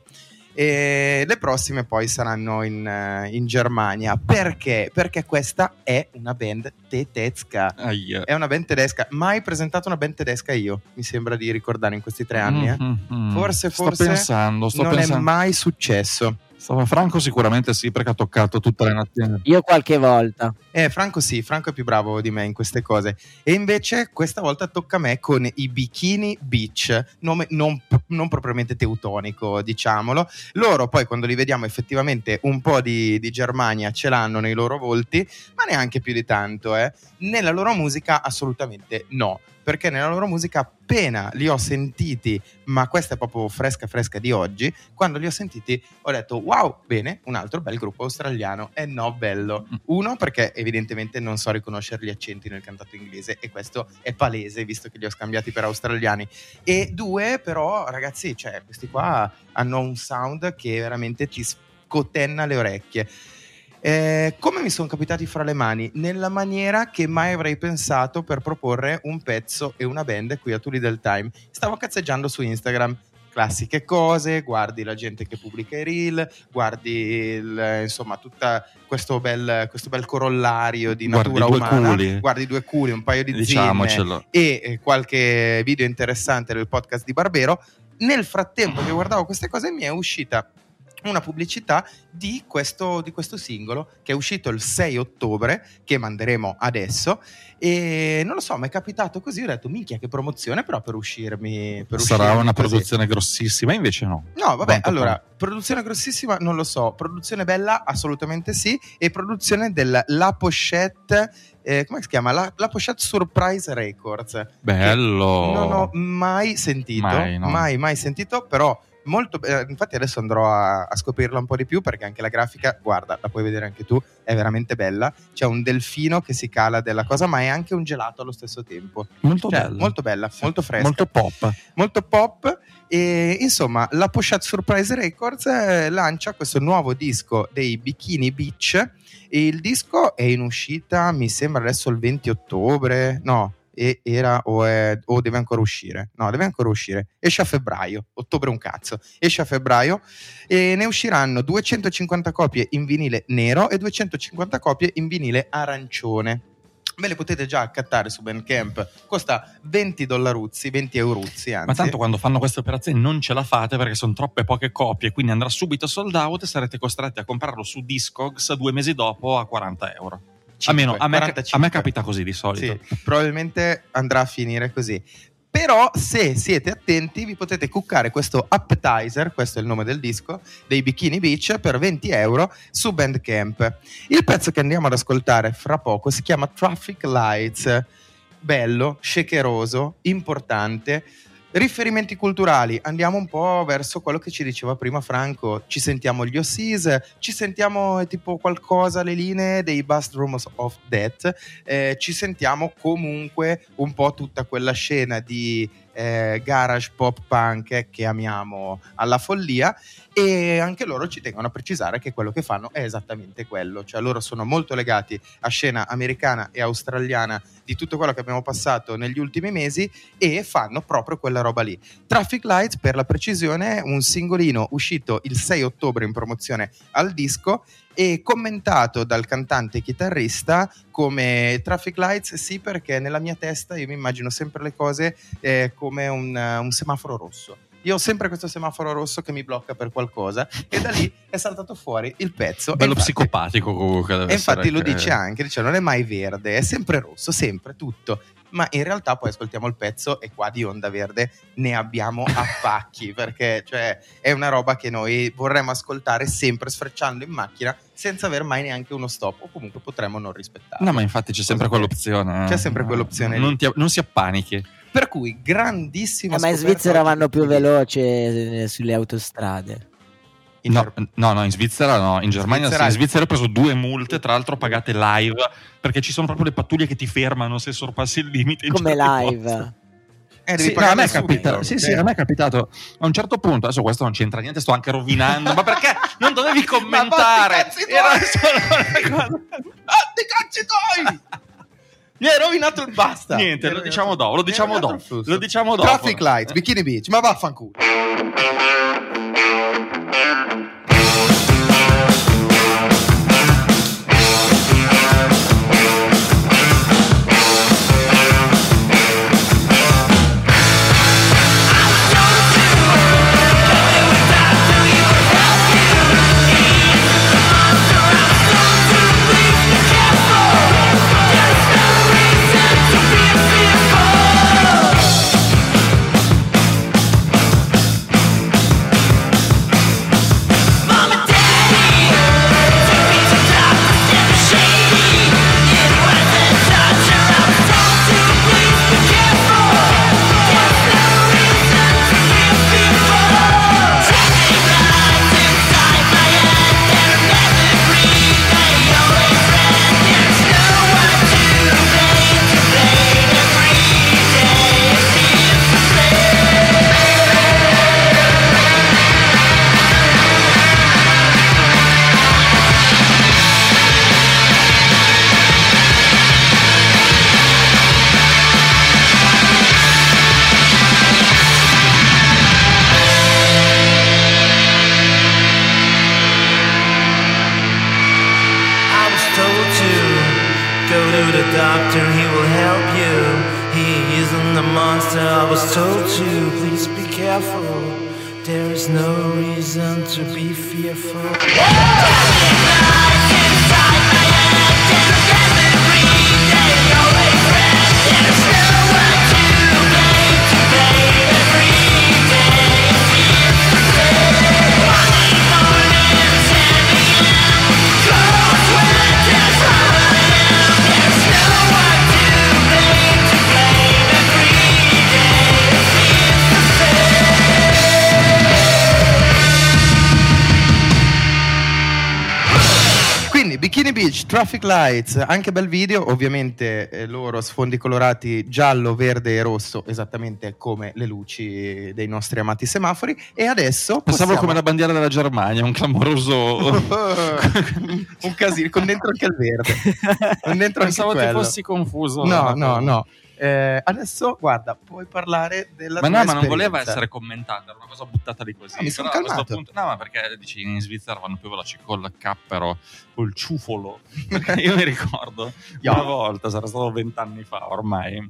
E le prossime poi saranno in, eh, in Germania. Perché? Perché questa è una band tedesca. Aia. È una band tedesca. Mai presentato una band tedesca io, mi sembra di ricordare in questi tre anni. eh. Mm-hmm. Forse, sto forse pensando, sto non pensando. è mai successo. Stava Franco sicuramente sì, perché ha toccato tutte le nazioni. Io qualche volta. Eh, Franco sì, Franco è più bravo di me in queste cose. E invece questa volta tocca a me con i Bikini Beach, nome non, non propriamente teutonico, diciamolo. Loro poi quando li vediamo effettivamente un po' di, di Germania ce l'hanno nei loro volti, ma neanche più di tanto, eh. Nella loro musica assolutamente no. perché nella loro musica appena li ho sentiti, ma questa è proprio fresca fresca di oggi, quando li ho sentiti ho detto wow, bene, un altro bel gruppo australiano. E no, bello. Uno, perché evidentemente non so riconoscere gli accenti nel cantato inglese, e questo è palese visto che li ho scambiati per australiani. E due, però ragazzi, cioè questi qua hanno un sound che veramente ti scotenna le orecchie. Eh, come mi sono capitati fra le mani? Nella maniera che mai avrei pensato per proporre un pezzo e una band qui a Tuli del Time. Stavo cazzeggiando su Instagram, classiche cose, guardi la gente che pubblica i reel, guardi il, insomma tutto questo bel, questo bel corollario di Guardi natura due umana, culi. guardi due culi, un paio di zinne Diciamocelo. e eh, qualche video interessante del podcast di Barbero. Nel frattempo che guardavo queste cose mi è uscita una pubblicità di questo, di questo singolo che è uscito il sei ottobre, che manderemo adesso, e non lo so, mi è capitato così, ho detto minchia che promozione, però per uscirmi per Sarà uscirmi una così. produzione grossissima, invece no. No, vabbè, Quanto allora, pare. produzione grossissima non lo so, produzione bella assolutamente sì, e produzione del La Pochette, eh, come si chiama? La, La Pochette Surprise Records. Bello. Non ho mai sentito, Mai, no. mai, mai sentito, però molto, eh, infatti adesso andrò a, a scoprirla un po' di più, perché anche la grafica, guarda, la puoi vedere anche tu, è veramente bella. C'è un delfino che si cala della cosa, ma è anche un gelato allo stesso tempo. Molto Cioè, bello. molto bella, Sì, molto fresca, molto pop. molto pop. E insomma, la Pochette Surprise Records eh, lancia questo nuovo disco dei Bikini Beach, e il disco è in uscita, mi sembra adesso il venti ottobre, no, e era o, è, o deve ancora uscire, no, deve ancora uscire, esce a febbraio, ottobre un cazzo, esce a febbraio, e ne usciranno duecentocinquanta copie in vinile nero e duecentocinquanta copie in vinile arancione. Ve le potete già accattare su Bandcamp, costa venti dollaruzzi, venti euruzzi anzi. Ma tanto quando fanno queste operazioni non ce la fate, perché sono troppe poche copie, quindi andrà subito sold out e sarete costretti a comprarlo su Discogs due mesi dopo a quaranta euro. Almeno a me, a me capita così di solito. Sì, probabilmente andrà a finire così. Però se siete attenti vi potete cuccare questo Appetizer, questo è il nome del disco, dei Bikini Beach, per venti euro su Bandcamp. Il pezzo che andiamo ad ascoltare fra poco si chiama Traffic Lights. Bello, shakeroso, importante. Riferimenti culturali, andiamo un po' verso quello che ci diceva prima Franco, ci sentiamo gli Ossis, ci sentiamo eh, tipo qualcosa, le linee dei Bust Rooms of Death, eh, ci sentiamo comunque un po' tutta quella scena di eh, garage pop punk eh, che amiamo alla follia, e anche loro ci tengono a precisare che quello che fanno è esattamente quello, cioè loro sono molto legati a scena americana e australiana di tutto quello che abbiamo passato negli ultimi mesi, e fanno proprio quella roba lì. Traffic Lights, per la precisione, un singolino uscito il sei ottobre in promozione al disco e commentato dal cantante e chitarrista come Traffic Lights, sì, perché nella mia testa io mi immagino sempre le cose eh, come un, un semaforo rosso. Io ho sempre questo semaforo rosso che mi blocca per qualcosa, e da lì è saltato fuori il pezzo. Bello e infatti, psicopatico comunque. Deve e infatti essere lo che- dice anche, dice non è mai verde, è sempre rosso, sempre tutto. Ma in realtà poi ascoltiamo il pezzo e qua di onda verde ne abbiamo a pacchi, perché cioè è una roba che noi vorremmo ascoltare sempre sfrecciando in macchina senza aver mai neanche uno stop, o comunque potremmo non rispettare. No, ma infatti c'è sempre Cosa che- quell'opzione. eh. C'è sempre quell'opzione Non, lì. ti- non si appanichi. Per cui grandissimo. Eh, ma in Svizzera vanno più veloci eh, sulle autostrade. No, no, no, in Svizzera no, in Germania Svizzera- sì. In Svizzera ho preso due multe, tra l'altro pagate live, perché ci sono proprio le pattuglie che ti fermano se sorpassi il limite. in Come certi live. posti. Eh, devi Sì, no, a me è pagarle capitato, subito. sì, sì, a me è capitato a un certo punto. Adesso questo non c'entra niente, sto anche rovinando. Ma perché non dovevi commentare? Ma fatti i cazzi Era tuoi! solo una cosa. Ah, ti cazzi tuoi! Mi hai rovinato il basta. Niente, Mi hai lo rovinato- diciamo dopo, lo mi hai diciamo rovinato dopo, il flusso. lo diciamo dopo. Traffic Lights, Bikini Beach, ma vaffanculo. Fearful. the doctor, he will help you. He isn't the monster I was told to. Please be careful. There is no reason to be fearful. Bikini Beach, Traffic Lights, anche bel video, ovviamente eh, loro sfondi colorati giallo, verde e rosso, esattamente come le luci dei nostri amati semafori. E adesso pensavo possiamo... come la bandiera della Germania, un clamoroso un casino, con dentro anche il verde, con dentro pensavo anche ti quello. fossi confuso. No, no, no. Eh, adesso guarda, puoi parlare della ma tua no, ma non esperienza. voleva essere commentata, era una cosa buttata lì così. Ah, mi sono Però a questo calmato. punto, no, ma perché dici in Svizzera vanno più veloci col cappero, col ciufolo. Perché io mi ricordo Io. una volta, sarà stato vent'anni fa ormai,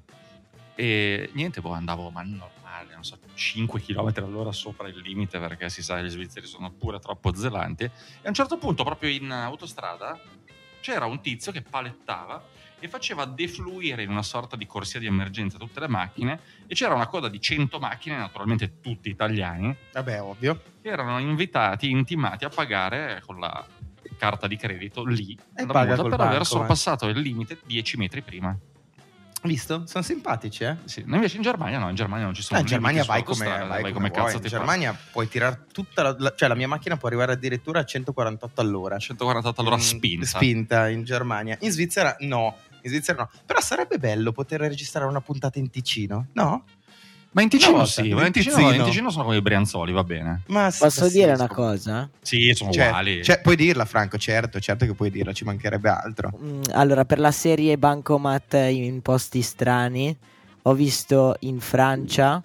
e niente, boh, andavo ma normale, non so, cinque chilometri all'ora sopra il limite, perché si sa che gli svizzeri sono pure troppo zelanti. E a un certo punto, proprio in autostrada, c'era un tizio che palettava e faceva defluire in una sorta di corsia di emergenza tutte le macchine, e c'era una coda di cento macchine, naturalmente tutti italiani, Vabbè, ovvio. che erano invitati, intimati a pagare con la carta di credito lì E la paga multa col per aver banco, sorpassato il limite dieci metri prima. Visto? Sono simpatici, eh? Sì. Invece in Germania no, in Germania non ci sono Ah, in Germania limiti vai come, sull'autostrada, vai vai come, come vuoi. cazzo In ti pare. Germania puoi tirare tutta la, la- cioè la mia macchina può arrivare addirittura a centoquarantotto all'ora. centoquarantotto all'ora Mm, spinta. spinta in Germania. In Svizzera no. In Svizzera no. Però sarebbe bello poter registrare una puntata in Ticino, no? Ma in Ticino Una volta, sì, in ma in Ticino, Tizzino. in Ticino sono come i brianzoli, va bene. Ma sì, Posso sì, dire sì, una sì. cosa? Sì, sono Cioè, uguali. cioè, puoi dirla, Franco, certo, certo che puoi dirla, ci mancherebbe altro. Mm, Allora, per la serie Bancomat in posti strani, ho visto in Francia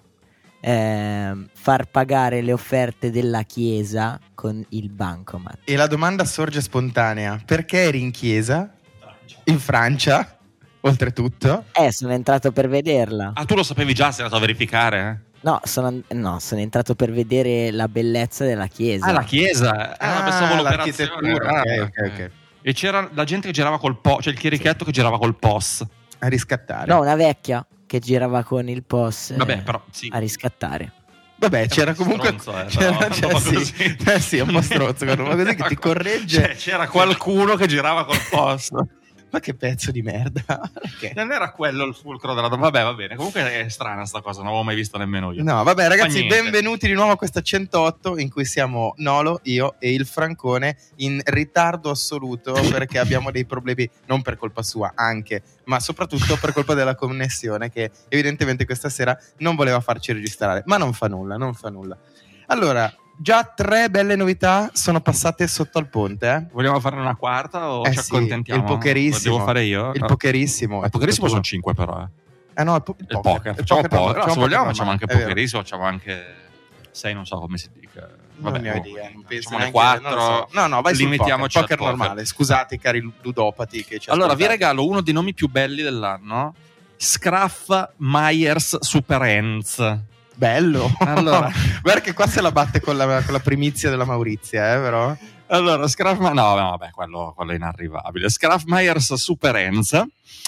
ehm, far pagare le offerte della chiesa con il Bancomat. E la domanda sorge spontanea: perché eri in chiesa? In Francia? Oltretutto? Eh, sono entrato per vederla. Ah, tu lo sapevi già, sei andato a verificare? No, sono, an- no, sono entrato per vedere la bellezza della chiesa. Ah, la chiesa. Ah, pensavo l'operazione. l'architettura. Ah, Ok, ok, ok. E c'era la gente che girava col P O S, cioè il chierichetto che girava col P O S. A riscattare. No, una vecchia che girava con il P O S eh, Vabbè, però sì. a riscattare. Vabbè, c'era un po' comunque stronzo, eh, c'era, però, c'era- un po' sì, così. eh, sì, un po' stronzo, guarda, ma così che ti corregge. Cioè, c'era qualcuno che girava col P O S. Ma che pezzo di merda. Perché? Non era quello il fulcro della domanda. Vabbè, va bene. Comunque è strana sta cosa, non l'avevo mai vista nemmeno io. No, vabbè, ragazzi, niente. benvenuti di nuovo a questa centootto in cui siamo Nolo, io e il Francone in ritardo assoluto perché abbiamo dei problemi, non per colpa sua, anche, ma soprattutto per colpa della connessione che evidentemente questa sera non voleva farci registrare, ma non fa nulla, non fa nulla. Allora, già tre belle novità sono passate sotto al ponte, eh? Vogliamo farne una quarta o Eh ci sì, accontentiamo? il pokerissimo. Lo devo fare io? Il Ah. pokerissimo. Il pokerissimo sono tutto cinque però, eh. tuo. Eh no, il, po- il Il poker. poker. Il Facciamo poker poker. no, No, se vogliamo facciamo normale, anche è vero. pokerissimo, facciamo anche sei, non so come si dica. Non ne ho oh, idea, non penso facciamo le neanche- non quattro. lo so. No, no, vai sul poker, limitiamoci poker al poker. normale. Scusate, cari ludopati che ci Allora, vi ascoltate. regalo uno dei nomi più belli dell'anno. Scruff Myers Super Ends. Bello. Allora. Guarda che qua se la batte con la, con la primizia della Maurizia, eh, però. Allora, Scruff Ma- no, no, vabbè, quello, quello è inarrivabile. Scruff Myers Super Ends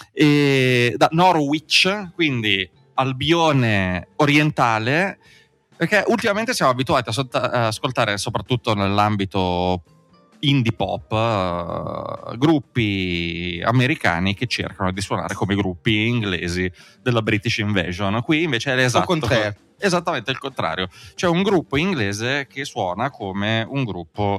e da Norwich, quindi Albione orientale, perché ultimamente siamo abituati a, sotta- a ascoltare, soprattutto nell'ambito indie pop, eh, gruppi americani che cercano di suonare come gruppi inglesi della British Invasion. Qui invece è l'esatto con te. esattamente il contrario. C'è un gruppo inglese che suona come un gruppo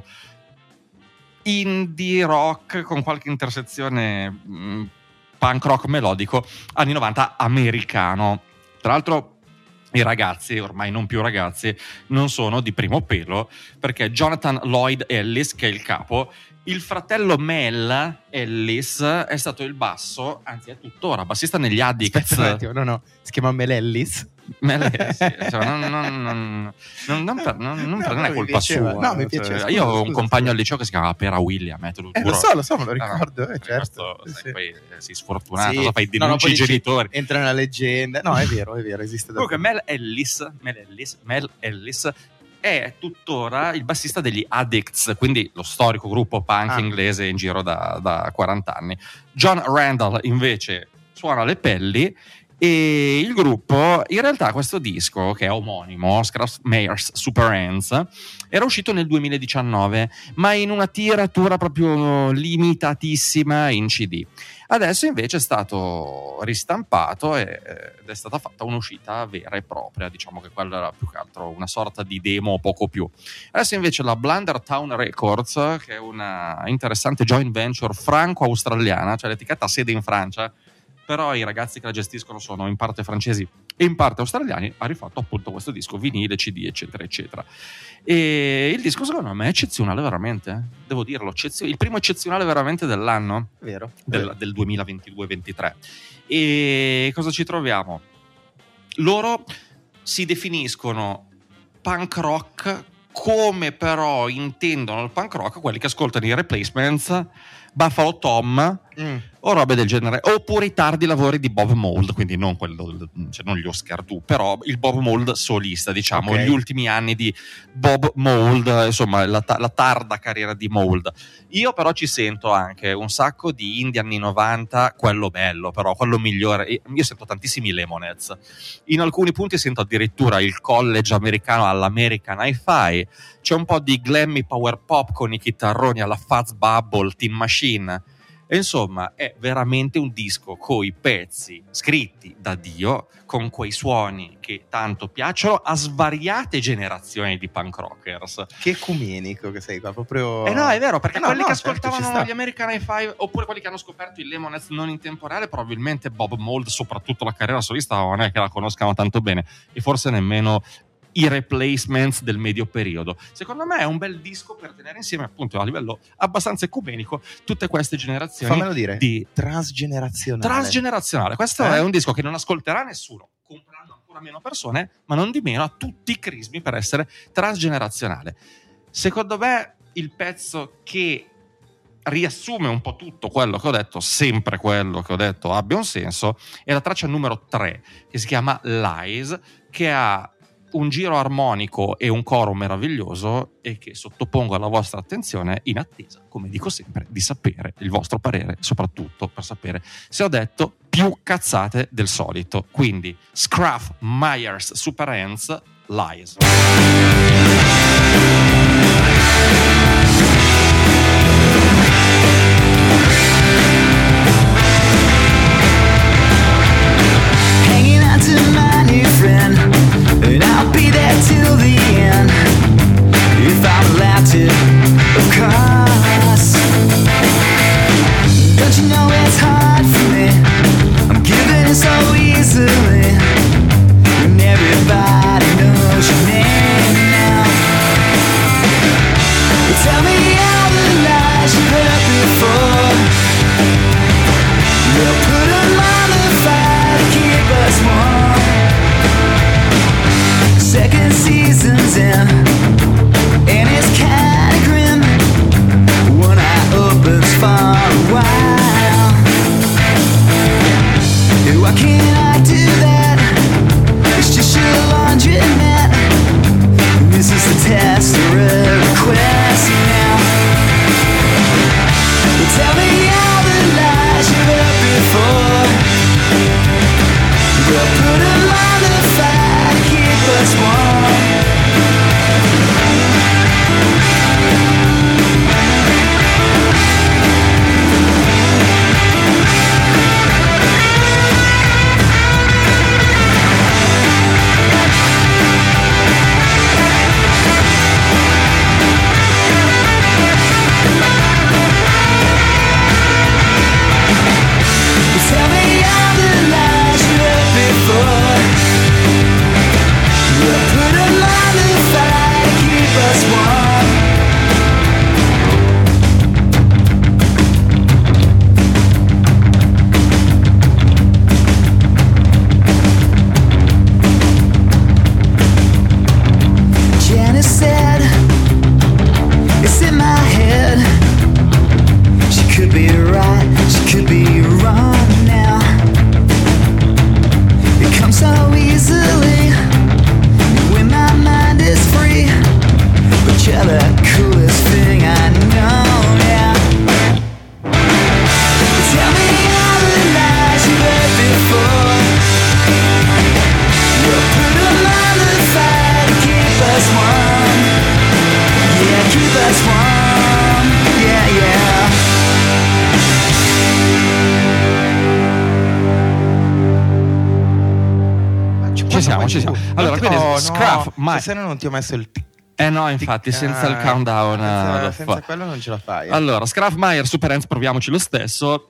indie rock con qualche intersezione mh, punk rock melodico anni novanta americano. Tra l'altro i ragazzi, ormai non più ragazzi, non sono di primo pelo, perché Jonathan Lloyd Ellis, che è il capo, il fratello Mel Ellis è stato il basso, anzi è tuttora bassista negli Addicts. Aspetta un attimo, no, no, si chiama Mel Ellis. Mel, sì, cioè, non, non, non, non, non, per, non, non, per, non è colpa piaceva. sua. No, mi piaceva. Cioè, io avevo un Scusa, compagno scusa. al liceo che si chiamava Pera William, eh, te lo Eh, giuro. lo so, lo so, me lo Ah, no, ricordo, eh, perché certo. questo, Sì, sai, sì. poi eh, sei sfortunato, Sì. cosa fai? No, no, Denunci poi i dici, genitori. entra nella leggenda. No, è vero, è vero, esiste da Comunque Mel Ellis, Mel Ellis, Mel Ellis è tuttora il bassista degli Addicts, quindi lo storico gruppo punk Ah. inglese in giro da, da quaranta anni. John Randall invece suona le pelli e il gruppo, in realtà questo disco che è omonimo, Scruff Mayors Super Ants, era uscito nel duemiladiciannove, ma in una tiratura proprio limitatissima in C D. Adesso invece è stato ristampato e, ed è stata fatta un'uscita vera e propria, diciamo che quella era più che altro una sorta di demo o poco più. Adesso invece la Blundertown Records, che è una interessante joint venture franco-australiana, cioè l'etichetta ha sede in Francia, però i ragazzi che la gestiscono sono in parte francesi e in parte australiani, ha rifatto appunto questo disco vinile, C D, eccetera eccetera. E il disco secondo me è eccezionale veramente, devo dirlo, eccezio- il primo eccezionale veramente dell'anno, Vero. del, del duemilaventidue ventitré. E cosa ci troviamo? Loro si definiscono punk rock come però intendono il punk rock quelli che ascoltano i Replacements, Buffalo Tom Mm. o robe del genere, oppure i tardi lavori di Bob Mould, quindi non quello, cioè non gli Oscar tu, però il Bob Mould solista, diciamo, Ok. gli ultimi anni di Bob Mould, insomma la, ta- la tarda carriera di Mould. Io però ci sento anche un sacco di indie anni novanta, quello bello però, quello migliore. Io sento tantissimi Lemonheads, in alcuni punti sento addirittura il college americano all'American Hi-Fi, c'è un po' di glammy power pop con i chitarroni alla Fuzz Bubble, Tin Machine. E insomma è veramente un disco coi pezzi scritti da Dio, con quei suoni che tanto piacciono a svariate generazioni di punk rockers. Che ecumenico che sei qua, proprio. Eh no, è vero, perché Eh no, quelli no, che certo, ascoltavano ci sta. gli American Hi-Fi oppure quelli che hanno scoperto il Lemonheads non in tempo reale, probabilmente Bob Mould, soprattutto la carriera solista, non è che la conoscano tanto bene, e forse nemmeno i Replacements del medio periodo. Secondo me è un bel disco per tenere insieme, appunto, a livello abbastanza ecumenico, tutte queste generazioni. Fammelo dire. Di Transgenerazionale. transgenerazionale. Questo Eh? è un disco che non ascolterà nessuno, compreranno ancora meno persone, ma non di meno ha tutti i crismi per essere transgenerazionale. Secondo me il pezzo che riassume un po' tutto quello che ho detto, sempre quello che ho detto abbia un senso, è la traccia numero tre, che si chiama Lies, che ha un giro armonico e un coro meraviglioso e che sottopongo alla vostra attenzione in attesa, come dico sempre, di sapere il vostro parere, soprattutto per sapere se ho detto più cazzate del solito. Quindi Scruff Myers Super Ants, Lies. Hanging out to my new friend, and I'll be there till the end, if I'm allowed to, of course. Don't you know it's hard for me, I'm giving it so easily, and everybody knows your name now. Tell me all the lies you've heard before, they'll put 'em on the fire to keep us warm. Second season's in, and it's kinda grim. One eye opens for a while. Why can't I do that? It's just your laundromat. This is the test or a request now. Tell me all the lies you've heard before, we'll put 'em on the fire to keep us warm. siamo, ci siamo. Allora, Non ti- quindi oh, no, Scruff, ma- stasera non ti ho messo il tic. Eh no, infatti, senza il countdown. Senza, eh, senza fa- quello non ce la fai. eh. Allora, Scruff Meyer, Super Ants, proviamoci lo stesso.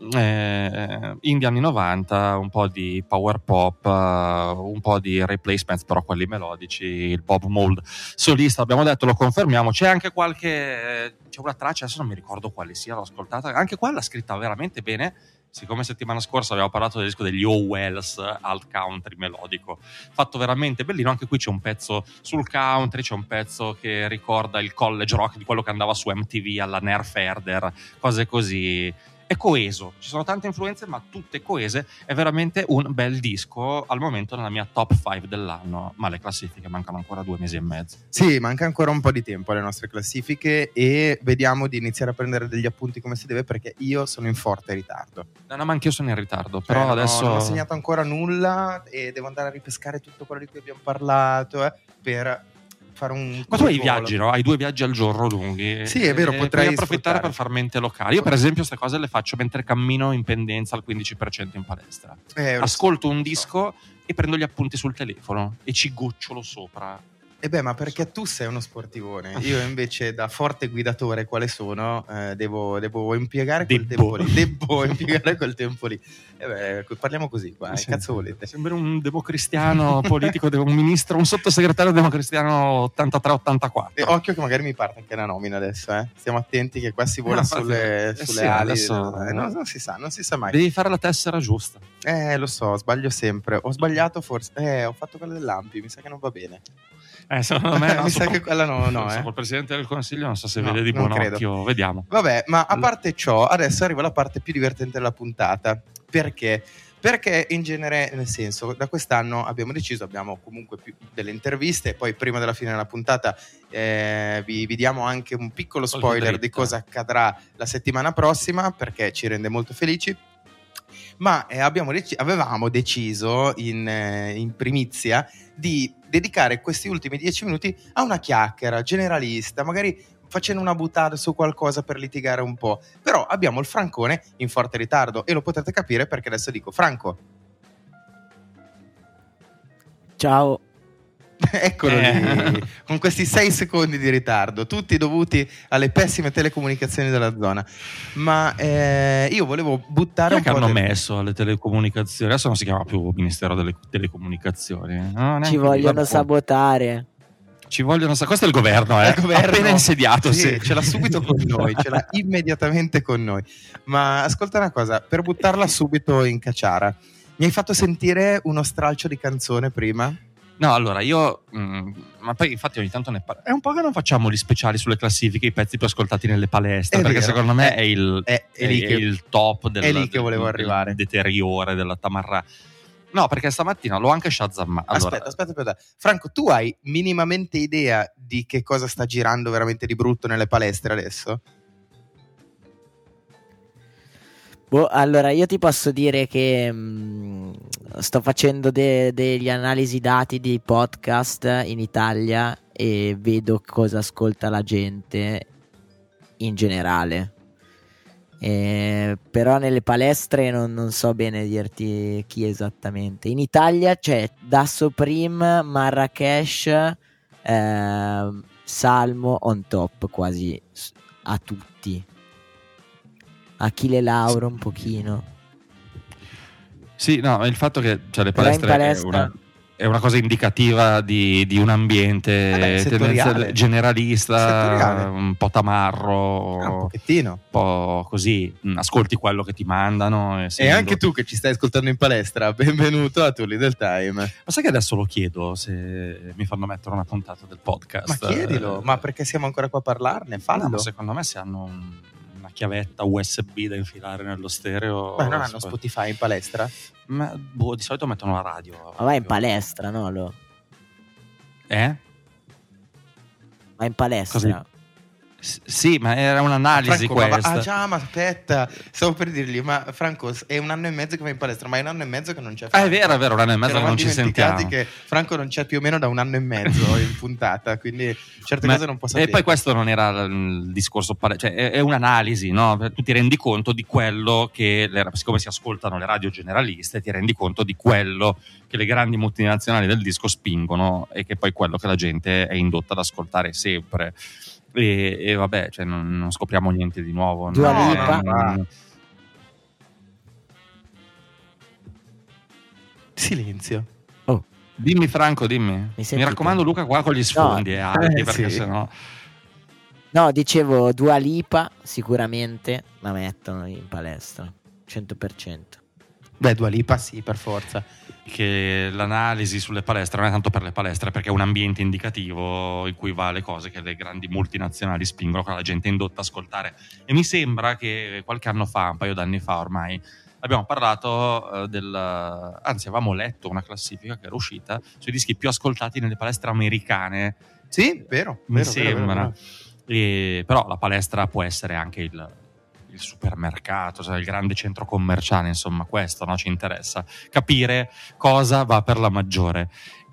Eh, indie anni novanta, un po' di power pop, eh, un po' di replacements, però quelli melodici. Il Bob Mould solista, abbiamo detto, lo confermiamo. C'è anche qualche. C'è una traccia, adesso non mi ricordo quale sia, l'ho ascoltata. Anche quella scritta veramente bene. Siccome settimana scorsa abbiamo parlato del disco degli O. Wells al country melodico, fatto veramente bellino. Anche qui c'è un pezzo sul country, c'è un pezzo che ricorda il college rock di quello che andava su M T V alla Nerf Herder, cose così. È coeso, ci sono tante influenze ma tutte coese. È veramente un bel disco, al momento nella mia top cinque dell'anno, ma le classifiche mancano ancora due mesi e mezzo. Sì, manca ancora un po' di tempo alle nostre classifiche e vediamo di iniziare a prendere degli appunti come si deve, perché io sono in forte ritardo. No, no, ma anch'io sono in ritardo, però Eh, no, adesso non ho segnato ancora nulla e devo andare a ripescare tutto quello di cui abbiamo parlato eh, per fare un Ma tu hai i controllo. viaggi, no? Hai due viaggi al giorno lunghi. Sì, è vero, E potrei puoi approfittare sfruttare. per far mente locali. Io, per esempio, queste cose le faccio mentre cammino in pendenza al quindici per cento in palestra. Eh, lo so, Ascolto un lo so. disco e prendo gli appunti sul telefono e ci gocciolo sopra. E beh, ma perché tu sei uno sportivone, io invece da forte guidatore quale sono, eh, devo, devo impiegare quel Debbo. tempo lì, devo impiegare quel tempo lì. E beh, parliamo così qua, eh, Sì. cazzo volete? Sembra un democristiano politico, un ministro, un sottosegretario democristiano ottantatré ottantaquattro. E occhio che magari mi parte anche la nomina adesso, eh. Stiamo attenti che qua si vola No, sulle, infatti, eh sulle sì, ali. adesso- Eh, no, non si sa, non si sa mai. Devi fare la tessera giusta. Eh, lo so, sbaglio sempre. Ho sbagliato forse. Eh, ho fatto quella dell'Ampi, mi sa che non va bene. Eh, secondo me Mi sa che quella no, no, non so, eh. col presidente del consiglio non so se No, vede di non buon credo. occhio, vediamo. Vabbè, ma a parte ciò, adesso arriva la parte più divertente della puntata. Perché? Perché in genere, nel senso, da quest'anno abbiamo deciso, abbiamo comunque più delle interviste, poi prima della fine della puntata eh, vi, vi diamo anche un piccolo Qualche spoiler dritta. di cosa accadrà la settimana prossima, perché ci rende molto felici. Ma eh, abbiamo dec- avevamo deciso in, eh, in primizia di dedicare questi ultimi dieci minuti a una chiacchiera generalista, magari facendo una buttata su qualcosa per litigare un po'. Però abbiamo il Francone in forte ritardo e lo potete capire perché adesso dico: Franco, Ciao. eccolo Eh. lì, con questi sei secondi di ritardo, tutti dovuti alle pessime telecomunicazioni della zona. Ma eh, io volevo buttare Chi è un che po' hanno del- messo alle telecomunicazioni? Adesso non si chiama più Ministero delle Telecomunicazioni. No, neanche Ci lì, vogliono vabbè. sabotare. Ci vogliono sa- questo è il governo, eh. Il governo- Appena insediato, sì, sì. ce l'ha subito con noi, ce l'ha immediatamente con noi. Ma ascolta una cosa, per buttarla subito in cacciara, mi hai fatto sentire uno stralcio di canzone prima? No, allora io, mm, ma poi infatti ogni tanto ne parlo. È un po' che non facciamo gli speciali sulle classifiche, i pezzi più ascoltati nelle palestre, È perché vero, secondo me è- è, il, è- è lì che- il top del, è lì che del- volevo del arrivare. deteriore della tamarra. No, perché stamattina l'ho anche shazammato. Allora, Aspetta, aspetta, aspetta. Franco, tu hai minimamente idea di che cosa sta girando veramente di brutto nelle palestre adesso? Boh, allora io ti posso dire che mh, sto facendo de- degli analisi dati di podcast in Italia e vedo cosa ascolta la gente in generale. Eh, però nelle palestre non, non so bene dirti chi esattamente. In Italia c'è da Supreme, Marrakesh, ehm, Salmo on top quasi s- a tutti. Achille Lauro un pochino. sì, no, il fatto che cioè, le Però in palestre è palestra- una, è una cosa indicativa di, di un ambiente Vabbè, settoriale. tendenzial- generalista, Settoriale. un po' tamarro, Ah, un pochettino. un po' così. Mm, ascolti quello che ti mandano. E, E seguendo- anche tu che ci stai ascoltando in palestra, benvenuto a Tulli del Time. Ma sai che adesso lo chiedo se mi fanno mettere una puntata del podcast? Ma chiedilo, Eh, ma perché siamo ancora qua a parlarne? no, Fallo. ma secondo me se hanno un- una chiavetta U S B da infilare nello stereo. Ma non hanno si può- Spotify in palestra? Ma, boh, di solito mettono la radio. Ma vai in palestra, no? Lo... Eh? Vai in palestra. Cosa- S- sì, ma era un'analisi Franco, ma va- questa. ah già, ma aspetta, stavo per dirgli, ma Franco è un anno e mezzo che va in palestra, ma è un anno e mezzo che non c'è Ah, Franco. è vero, è vero, un anno e mezzo Ci che non ci eravamo dimenticati sentiamo. che Franco non c'è più o meno da un anno e mezzo in puntata, quindi certe Ma- cose non può sapere. E poi questo non era il discorso, pare- cioè è, è un'analisi, no? Tu ti rendi conto di quello che, le, siccome si ascoltano le radio generaliste, ti rendi conto di quello che le grandi multinazionali del disco spingono e che poi quello che la gente è indotta ad ascoltare sempre. E, e vabbè, cioè non, non scopriamo niente di nuovo. Dua no, Lipa. non- Silenzio. Oh, Dimmi Franco, dimmi. Mi, sentite? raccomando Luca qua con gli sfondi No. e alti, Eh, perché sì. sennò... no, dicevo Dua Lipa sicuramente la mettono in palestra, cento per cento. Beh, Dua Lipa sì, per forza. Che l'analisi sulle palestre non è tanto per le palestre, perché è un ambiente indicativo in cui va le cose che le grandi multinazionali spingono, che la gente è indotta a ascoltare. E mi sembra che qualche anno fa, un paio d'anni fa ormai, abbiamo parlato eh, del... anzi avevamo letto una classifica che era uscita sui dischi più ascoltati nelle palestre americane. Sì, vero. Mi vero, vero, sembra. vero, vero. E, però la palestra può essere anche il, il supermercato, cioè il grande centro commerciale, insomma questo, no? Ci interessa capire cosa va per la maggiore.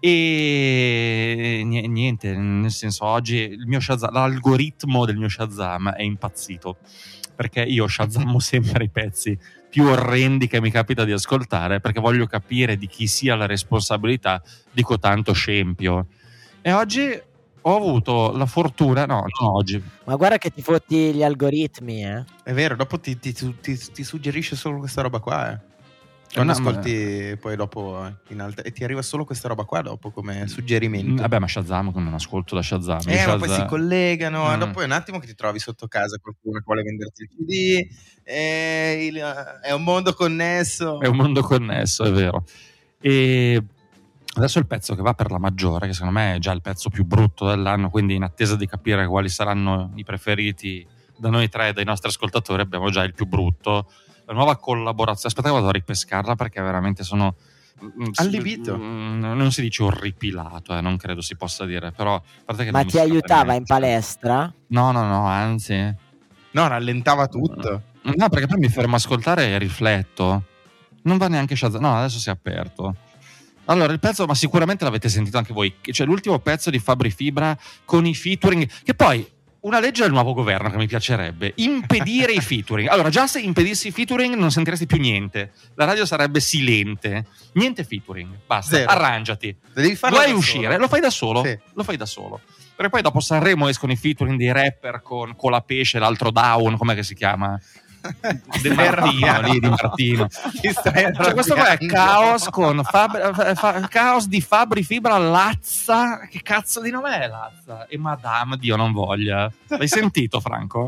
E ni- niente, nel senso oggi il mio Shazam, l'algoritmo del mio Shazam è impazzito, perché io Shazammo sempre i pezzi più orrendi che mi capita di ascoltare, perché voglio capire di chi sia la responsabilità di cotanto scempio. E oggi ho avuto la fortuna, no, non oggi, Ma guarda che ti fotti gli algoritmi, eh. È vero, dopo ti, ti- ti- ti suggerisce solo questa roba qua, eh. Quando no, ma- ascolti poi dopo eh, in alta, e ti arriva solo questa roba qua dopo come suggerimento. vabbè, ma Shazam non ascolto da Shazam. Eh, Shazam- ma poi si collegano, Mm. dopo è un attimo che ti trovi sotto casa qualcuno che vuole venderti il C D, e il- è un mondo connesso. È un mondo connesso, è vero. E adesso il pezzo che va per la maggiore, che secondo me è già il pezzo più brutto dell'anno, quindi in attesa di capire quali saranno i preferiti da noi tre e dai nostri ascoltatori, abbiamo già il più brutto. La nuova collaborazione, aspetta che vado a ripescarla perché veramente sono mm, Allibito. mm, non si dice orripilato, eh, non credo si possa dire, però a parte che Ma non mi ti scappa aiutava niente. in palestra? No, no, no, anzi. No, rallentava tutto. No, perché poi mi fermo a ascoltare e rifletto. Non va neanche Shazam. No, adesso si è aperto. Allora, il pezzo, ma sicuramente l'avete sentito anche voi. Cioè, l'ultimo pezzo di Fabri Fibra con i featuring. Che poi, una legge del nuovo governo che mi piacerebbe: impedire i featuring. Allora, già se impedissi i featuring non sentiresti più niente. La radio sarebbe silente. Niente featuring. Basta, Zero. arrangiati. Devi farlo Vuoi da uscire? solo. Lo fai da solo? Sì. Lo fai da solo. Perché poi dopo Sanremo escono i featuring dei rapper con Colapesce, l'altro Down, com'è che si chiama? De Martino, lì di Martino. Ti stai Cioè, questo qua è arrabbiando. Caos con Fab- fa- Caos di Fabri Fibra, Lazza. Che cazzo di nome è Lazza? E Madame, Dio non voglia. L'hai sentito, Franco?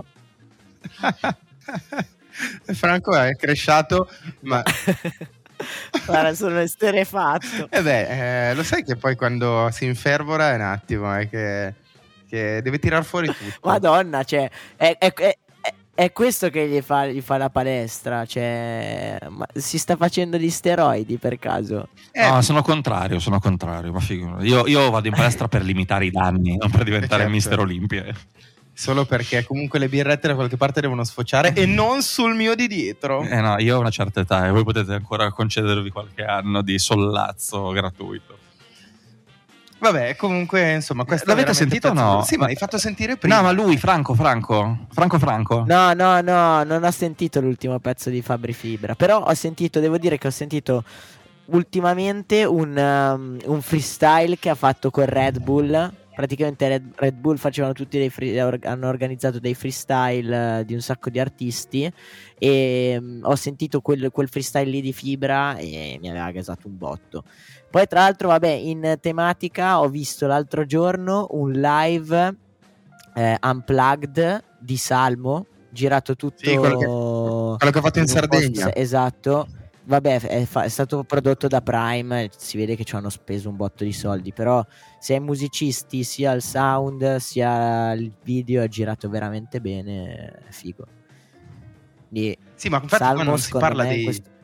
Franco è cresciato, ma Guarda, sono esterefatto. eh beh, eh, lo sai che poi quando si infervora è un attimo, è che, che deve tirar fuori tutto. Madonna, cioè, è, è- è- è- è questo che gli fa, gli fa la palestra. Cioè, ma si sta facendo gli steroidi per caso? Eh, No, sono contrario, sono contrario. Ma figurati. Io, io vado in palestra per limitare i danni, non per diventare Certo. Mister Olimpia. Solo perché comunque le birrette da qualche parte devono sfociare e non sul mio di dietro. Eh no, io ho una certa età e voi potete ancora concedervi qualche anno di sollazzo gratuito. Vabbè, comunque, insomma, questo è L'avete veramente sentito o no? pezzo- Sì, ma l'hai fatto sentire prima. No, ma lui, Franco, Franco, Franco, Franco. No, no, no, non ho sentito l'ultimo pezzo di Fabri Fibra. Però ho sentito, devo dire che ho sentito ultimamente un, um, un freestyle che ha fatto con Red Bull. Praticamente Red, Red Bull facevano tutti dei free- or- hanno organizzato dei freestyle eh, di un sacco di artisti. E mm, ho sentito quel, quel freestyle lì di Fibra e mi aveva gasato un botto. Poi tra l'altro, vabbè, in tematica ho visto l'altro giorno un live eh, unplugged di Salmo, girato tutto Sì, quello che- quello che ha fatto in un Sardegna. post- esatto. Vabbè, è, fa- è stato prodotto da Prime, si vede che ci hanno speso un botto di soldi, però sia i musicisti, sia il sound, sia il video è girato veramente bene, è figo. Quindi, Sì, ma infatti Salmo, qua non si secondo parla me, di, questo-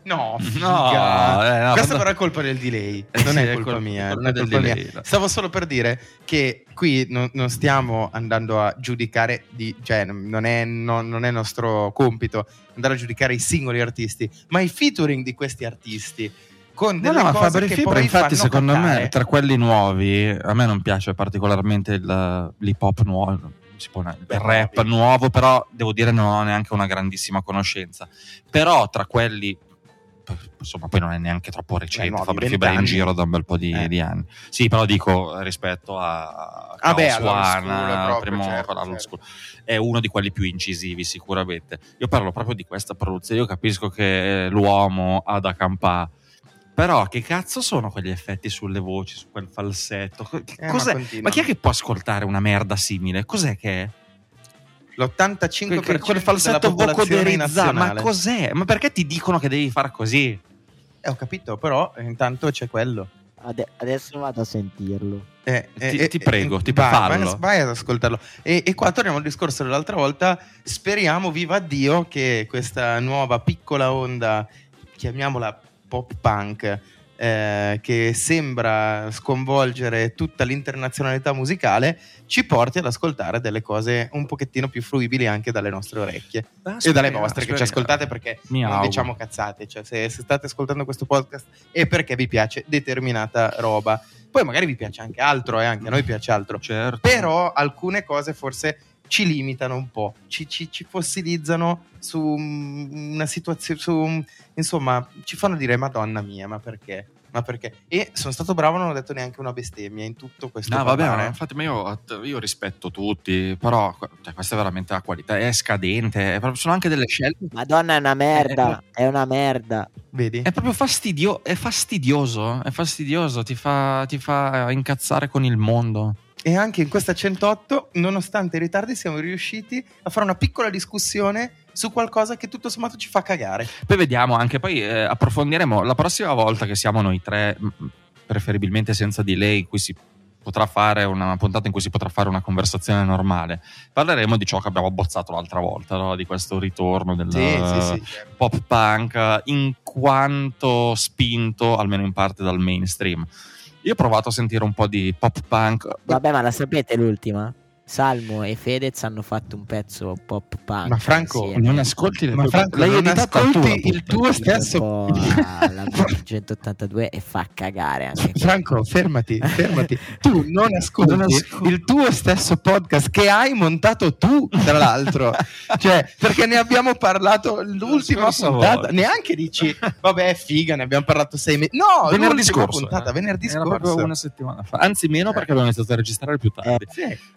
No, No, figa. eh, no, Questa ma- però è colpa del delay, Eh non sì, è è colpa col- mia, colpa non è del colpa delay. mia. Stavo solo per dire che qui non, non stiamo andando a giudicare, di, cioè non è, non, non è nostro compito andare a giudicare i singoli artisti, ma i featuring di questi artisti con No, delle no, ma cose Fabri che Fibra, poi infatti, fanno secondo cacare. me, tra quelli nuovi, a me non piace particolarmente il, l'hip hop nuovo, si può, il Beh, rap nuovi. nuovo, però devo dire non ho neanche una grandissima conoscenza. Però tra quelli, insomma, poi non è neanche troppo recente, nuovi, Fabri Fibra è in vent'anni. giro da un bel po' di, Eh. di anni. Sì, però dico rispetto a Ah, beh, Chaos all'old One, school, proprio, primo, certo, all'old certo. school. È uno di quelli più incisivi sicuramente. Io parlo proprio di questa produzione, io capisco che l'uomo ha da campà, però che cazzo sono quegli effetti sulle voci, su quel falsetto? Che Eh, ma cos'è? continua. Ma chi è che può ascoltare una merda simile? Cos'è che è? L'ottantacinque per Quel, cento quel falsetto della popolazione vocoderizzato, ma nazionale. cos'è? Ma perché ti dicono che devi far così? Eh, ho capito, però eh, intanto c'è quello. Ade- adesso vado a sentirlo. Eh, Ti- eh, ti eh, prego, eh, ti vai, fallo. vai, vai ad ascoltarlo. E, e qua torniamo al discorso dell'altra volta. Speriamo, viva Dio, che questa nuova piccola onda, chiamiamola pop punk, eh, che sembra sconvolgere tutta l'internazionalità musicale, ci porti ad ascoltare delle cose un pochettino più fruibili anche dalle nostre orecchie e dalle vostre che ci ascoltate, perché Mi non auguro. diciamo cazzate, cioè se, se state ascoltando questo podcast è perché vi piace determinata roba, poi magari vi piace anche altro e anche a noi piace altro, Certo. però alcune cose forse ci limitano un po', ci, ci, ci fossilizzano su mm, una situazione, su, mm, insomma, ci fanno dire Madonna mia, ma perché? Ma perché? E sono stato bravo, non ho detto neanche una bestemmia in tutto questo No, vabbè, parlare. ma infatti ma io, io rispetto tutti, però cioè, questa è veramente la qualità, è scadente, è proprio- sono anche delle scelte. Madonna, è una merda. È una merda. Vedi? È proprio fastidio, è fastidioso, è fastidioso, ti fa, ti fa incazzare con il mondo. E anche in questa centotto, nonostante i ritardi, siamo riusciti a fare una piccola discussione su qualcosa che tutto sommato ci fa cagare. Poi vediamo anche, poi eh, approfondiremo la prossima volta che siamo noi tre, mh, preferibilmente senza delay, in cui si potrà fare una puntata in cui si potrà fare una conversazione normale. Parleremo di ciò che abbiamo abbozzato l'altra volta, no? Di questo ritorno del Sì, sì, sì, certo. pop punk, in quanto spinto almeno in parte dal mainstream. Io ho provato a sentire un po' di pop punk. Vabbè, ma la sapete l'ultima? Salmo e Fedez hanno fatto un pezzo pop punk. Ma Franco, insieme. Non ascolti le Ma tue- Franco, l'hai non editata ascolti tu, il tuo appunto. stesso- Un po' alla centottantadue e fa cagare anche. Franco, fermati, fermati. Tu non ascolti Non ascolti. il tuo stesso podcast che hai montato tu, tra l'altro. Cioè, perché ne abbiamo parlato l'ultima scorsa puntata. volta. Neanche dici, vabbè, è figa, ne abbiamo parlato sei mesi. No, Venerdì l'ultima scorso. puntata, eh. venerdì Era scorso. proprio una settimana fa. Anzi, meno Eh. perché abbiamo iniziato a registrare più tardi. Sì.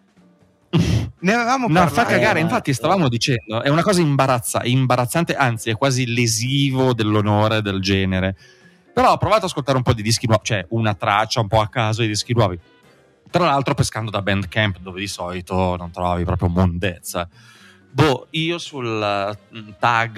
Ne avevamo No, parlato. fa cagare, eh, infatti eh. stavamo dicendo, è una cosa imbarazza, imbarazzante, anzi è quasi lesivo dell'onore del genere. Però ho provato ad ascoltare un po' di dischi nuovi, cioè una traccia un po' a caso di dischi nuovi. Tra l'altro pescando da Bandcamp, dove di solito non trovi proprio mondezza. Boh, io sul eh, tag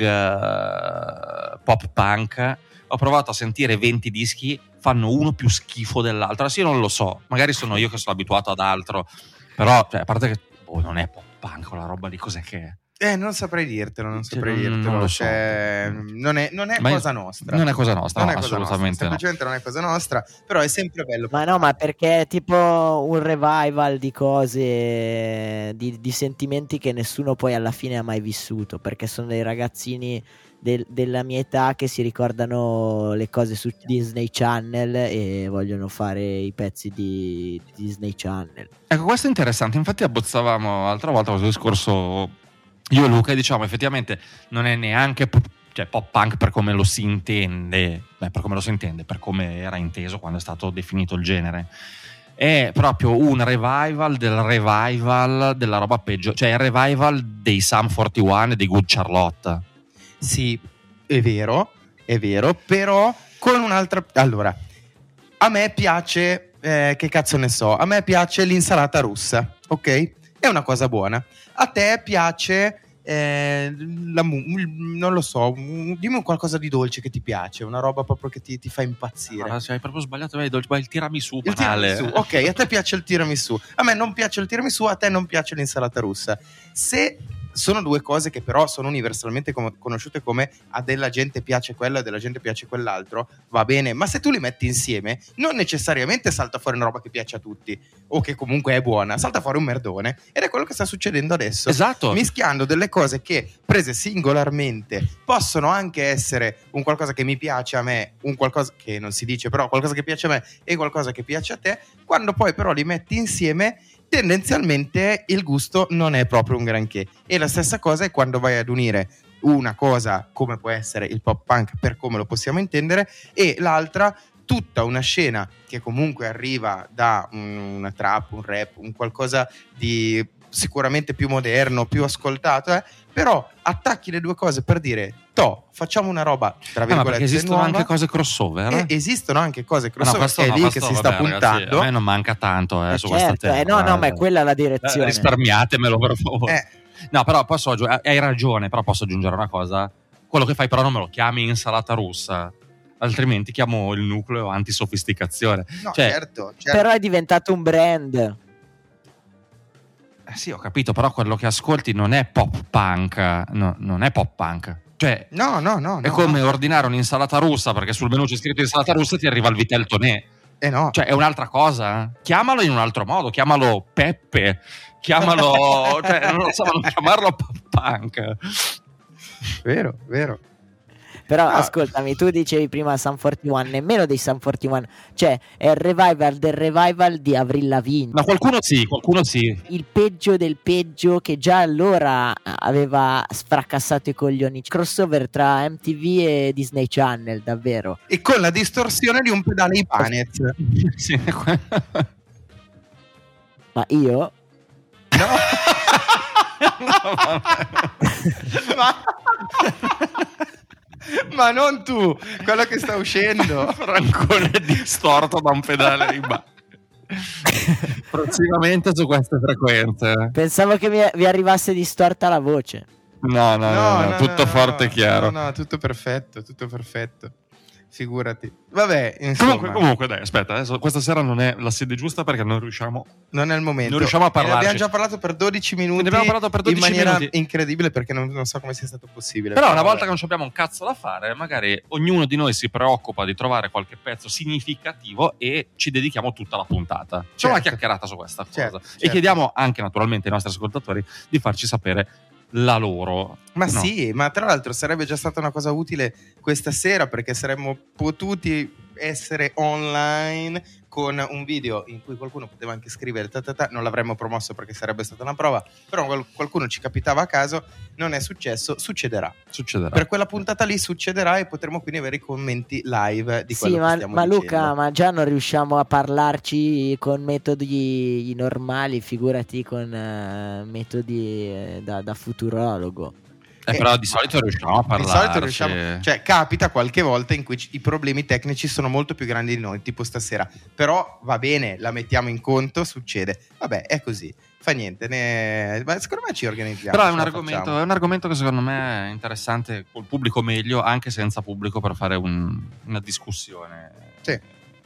eh, pop punk ho provato a sentire venti dischi, fanno uno più schifo dell'altro. Adesso io non lo so, magari sono io che sono abituato ad altro, però cioè, a parte che boh, non è pop punk quella roba lì, cos'è che è? Eh, non saprei dirtelo, non Cioè, saprei non- dirtelo. non lo so. Cioè, non è, non è Ma io- cosa nostra. Non è cosa nostra, Non no, è cosa assolutamente nostra. no. Semplicemente non è cosa nostra, però è sempre bello. Ma no, ma perché è tipo un revival di cose, di, di sentimenti che nessuno poi alla fine ha mai vissuto, perché sono dei ragazzini del- della mia età che si ricordano le cose su Disney Channel e vogliono fare i pezzi di Disney Channel. Ecco, questo è interessante. Infatti abbozzavamo l'altra volta questo discorso io e Luca e diciamo effettivamente non è neanche pop, cioè pop punk per come lo si intende, beh, per come lo si intende, per come era inteso quando è stato definito il genere. È proprio un revival del revival della roba peggio, cioè il revival dei Sum quarantuno e dei Good Charlotte. Sì, è vero, è vero, però con un'altra... Allora, a me piace, eh, che cazzo ne so, a me piace l'insalata russa, ok? È una cosa buona. A te piace, eh, la mu- non lo so, un- dimmi un qualcosa di dolce che ti piace, una roba proprio che ti, ti fa impazzire. Allora, se hai proprio sbagliato, vai, dolce, vai il tiramisù Il banale. tiramisù, ok, a te piace il tiramisù, a me non piace il tiramisù, a te non piace l'insalata russa. Se sono due cose che però sono universalmente com- conosciute come a della gente piace quello e a della gente piace quell'altro, va bene, ma se tu li metti insieme non necessariamente salta fuori una roba che piace a tutti o che comunque è buona, salta fuori un merdone, ed è quello che sta succedendo adesso. Esatto. Mischiando delle cose che prese singolarmente possono anche essere un qualcosa che mi piace a me, un qualcosa che non si dice, però qualcosa che piace a me e qualcosa che piace a te, quando poi però li metti insieme tendenzialmente il gusto non è proprio un granché. E la stessa cosa è quando vai ad unire una cosa come può essere il pop punk, per come lo possiamo intendere, e l'altra tutta una scena che comunque arriva da un- una trap, un rap, un qualcosa di sicuramente più moderno, più ascoltato, eh? Però attacchi le due cose per dire to, facciamo una roba tra Eh, ma virgolette perché esistono nuova, anche cose crossover? e esistono anche cose Ah, no, crossover, questo è no, lì questo che si vabbè, sta ragazzi, puntando. a me non manca tanto eh, Eh, su questa certo, tema. eh, no, no, eh. ma è quella la direzione. Eh, risparmiatemelo per favore. Eh, No, però posso aggiu- hai ragione, però posso aggiungere una cosa. Quello che fai però non me lo chiami insalata russa, altrimenti chiamo il nucleo antisofisticazione. no, Cioè, certo, certo. Però è diventato un brand. Eh sì, ho capito, però quello che ascolti non è pop punk, no, non è pop punk. Cioè, No, no, no, è no, come no. ordinare un'insalata russa perché sul menù c'è scritto insalata russa e ti arriva il vitel tonè. Eh no. Cioè, è un'altra cosa. Chiamalo in un altro modo, chiamalo Peppe, chiamalo, cioè, non lo so, ma non chiamarlo pop punk. Vero, vero. Però Ah. ascoltami, tu dicevi prima Sum quarantuno, nemmeno dei Sum quarantuno, cioè è il revival del revival di Avril Lavigne. Ma qualcuno sì, qualcuno sì. Il peggio del peggio, che già allora aveva sfracassato i coglioni. Crossover tra M T V e Disney Channel, davvero. E con la distorsione di un pedale Ibanez. Sì. Ma io No. ma... ma non tu, quello che sta uscendo. Francone distorto da un pedale di ba- prossimamente su queste frequenze. pensavo che mi, vi arrivasse distorta la voce. No, no, no, no, tutto forte e chiaro. No, no, tutto perfetto, tutto perfetto. Figurati. Vabbè, insomma, Comunque, comunque, dai, aspetta, adesso questa sera non è la sede giusta perché non riusciamo. non è il momento. Non riusciamo a E ne parlarci. abbiamo già parlato per dodici minuti. Ne abbiamo parlato per dodici in maniera minuti. incredibile, perché non, non so come sia stato possibile. Però una vabbè. volta che non abbiamo un cazzo da fare, magari ognuno di noi si preoccupa di trovare qualche pezzo significativo e ci dedichiamo tutta la puntata. C'è Certo. una chiacchierata su questa cosa. Certo, E certo. chiediamo anche naturalmente ai nostri ascoltatori di farci sapere la loro. Ma No. sì, ma tra l'altro sarebbe già stata una cosa utile questa sera, perché saremmo potuti essere online con un video in cui qualcuno poteva anche scrivere ta ta ta. Non l'avremmo promosso perché sarebbe stata una prova, però qual- qualcuno ci capitava a caso. Non è successo, succederà. Succederà. Per quella puntata lì succederà, e potremo quindi avere i commenti live di quello Sì, che ma, stiamo ma dicendo. Luca, ma già non riusciamo a parlarci con metodi normali, figurati con eh, metodi eh, da, da futurologo. Eh, però di solito riusciamo a Di parlare. solito riusciamo, cioè capita qualche volta in cui ci- i problemi tecnici sono molto più grandi di noi, tipo stasera. Però va bene, la mettiamo in conto, succede. Vabbè, è così. Fa niente, ne... ma secondo me ci organizziamo. Però è ce un, la argomento, facciamo. è un argomento che secondo me è interessante col pubblico meglio, anche senza pubblico, per fare un- una discussione Sì.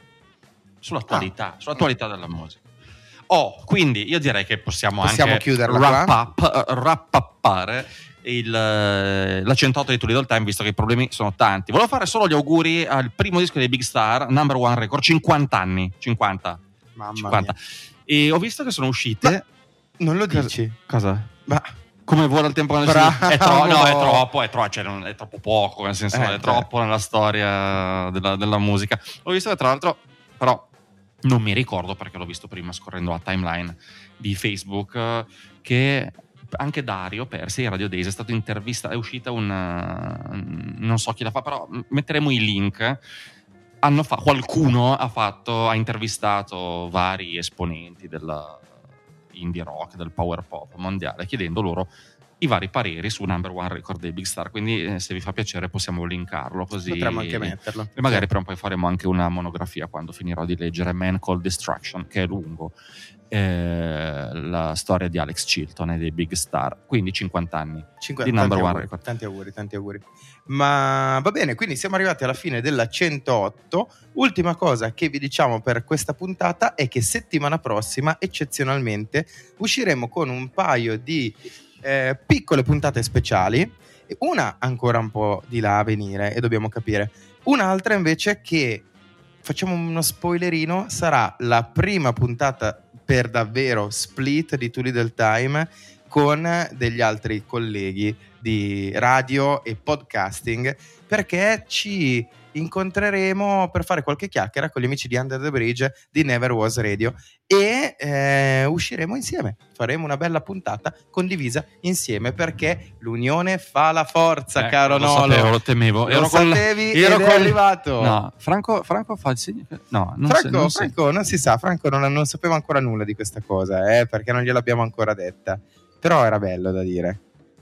sull'attualità, Ah. sull'attualità della musica. Oh, quindi io direi che possiamo, Possiamo anche chiuderla wrap qua? up, uh, wrap uppare il, eh, la centotto di Too Little Time, visto che i problemi sono tanti. Volevo fare solo gli auguri al primo disco dei Big Star, Number One Record, cinquanta anni, cinquanta, Mamma cinquanta. mia. E ho visto che sono uscite. Non lo Cosa- dici? Cosa? Ma Come vola il tempo quando Bravo. si... è, tro- no, è troppo, è, tro- cioè, non- è troppo poco, nel senso, Eh, è troppo nella storia della, della musica. Ho visto che tra l'altro, però non mi ricordo perché l'ho visto prima scorrendo la timeline di Facebook, eh, che anche Dario Persi, Radio Days, è stato intervistato, è uscita un... eh, non so chi la fa, però metteremo i link. Hanno fa- qualcuno ha fatto, ha intervistato vari esponenti della indie rock, del power pop mondiale, chiedendo loro i vari pareri su Number One Record dei Big Star. Quindi eh, se vi fa piacere possiamo linkarlo, così potremmo anche metterlo. e magari prima o poi faremo anche una monografia quando finirò di leggere Man Called Destruction, che è lungo, eh, la storia di Alex Chilton e dei Big Star. Quindi cinquanta anni cinquanta di Number tanti One auguri, Record. tanti auguri, tanti auguri. Ma va bene, quindi siamo arrivati alla fine della centootto. Ultima cosa che vi diciamo per questa puntata è che settimana prossima, eccezionalmente, usciremo con un paio di eh, piccole puntate speciali, una ancora un po' di là a venire e dobbiamo capire, un'altra invece che, facciamo uno spoilerino, sarà la prima puntata per davvero split di Too Little Time con degli altri colleghi di radio e podcasting, perché ci incontreremo per fare qualche chiacchiera con gli amici di Under the Bridge di Never Was Radio e eh, usciremo insieme, faremo una bella puntata condivisa insieme, perché l'unione fa la forza, Eh, caro lo Nolo. sapevo, lo temevo. Lo Ero con la- sapevi ero ed è con- arrivato. No, Franco, Franco fa il segno. che- No, non Franco, si- non si- Franco non si sa, Franco non, non sapeva ancora nulla di questa cosa, eh, perché non gliel'abbiamo ancora detta, però era bello da dire.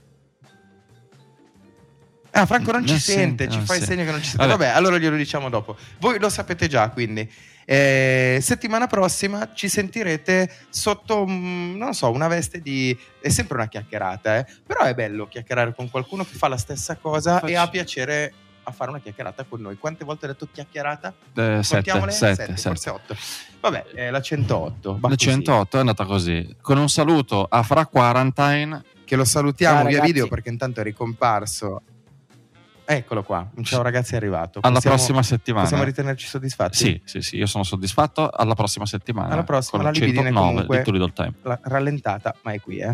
Ah, Franco non ci Non sente, sente, ci non fa il sente. segno che non ci sente. Vabbè. Vabbè, allora glielo diciamo dopo. Voi lo sapete già, quindi. Eh, settimana prossima ci sentirete sotto, mm, non so, una veste di... È sempre una chiacchierata, eh? Però è bello chiacchierare con qualcuno che fa la stessa cosa Faccio- e ha piacere a fare una chiacchierata con noi. Quante volte ho detto chiacchierata? Eh, sette, Contiamole? sette, Sette, sette. forse otto. Vabbè, è la centootto. va La così. centootto è andata così. Con un saluto a Fra Quarantine. Che lo salutiamo Ciao, via ragazzi. video perché intanto è ricomparso. Eccolo qua, un ciao ragazzi, è arrivato. Alla Possiamo- prossima settimana. Possiamo ritenerci soddisfatti? Sì, sì, sì, io sono soddisfatto. Alla prossima settimana. Alla prossima, con la il libidine centonove comunque- di Too Little Time. La rallentata, ma è qui, eh.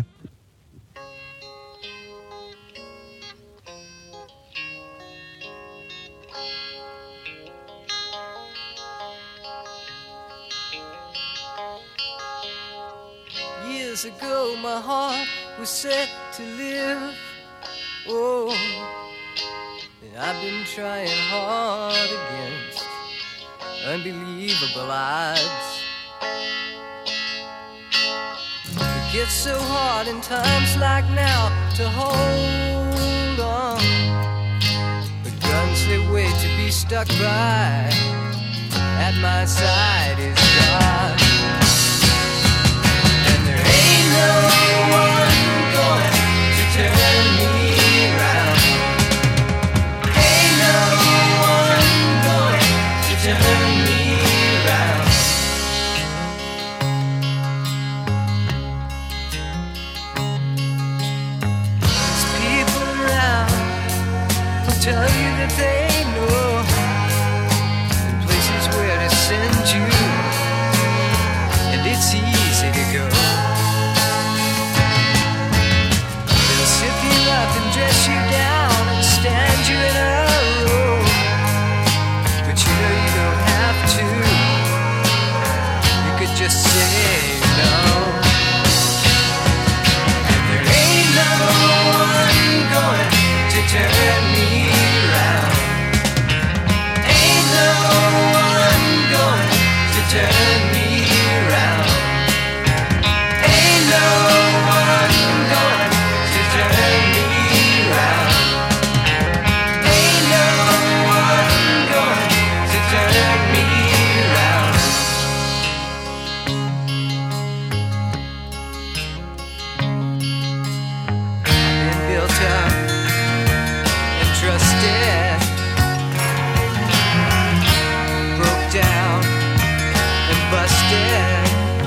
Years ago, my heart was set to live. Oh, and I've been trying hard against unbelievable odds. It gets so hard in times like now to hold on. The guns they wait to be stuck by at my side is God. Ain't no one going to turn me around. Ain't no one going to turn me around. There's people around who tell you that they know the places where to send you, and it's easy to go. They'll sip you up and dress you down and stand you in a row, but you know you don't have to. You could just say no. And there ain't no one going to turn me around. Ain't no one going to turn me around. Ain't no one going to turn me around. Ain't no one going to turn me around. I've been built up and trusted, broke down and busted.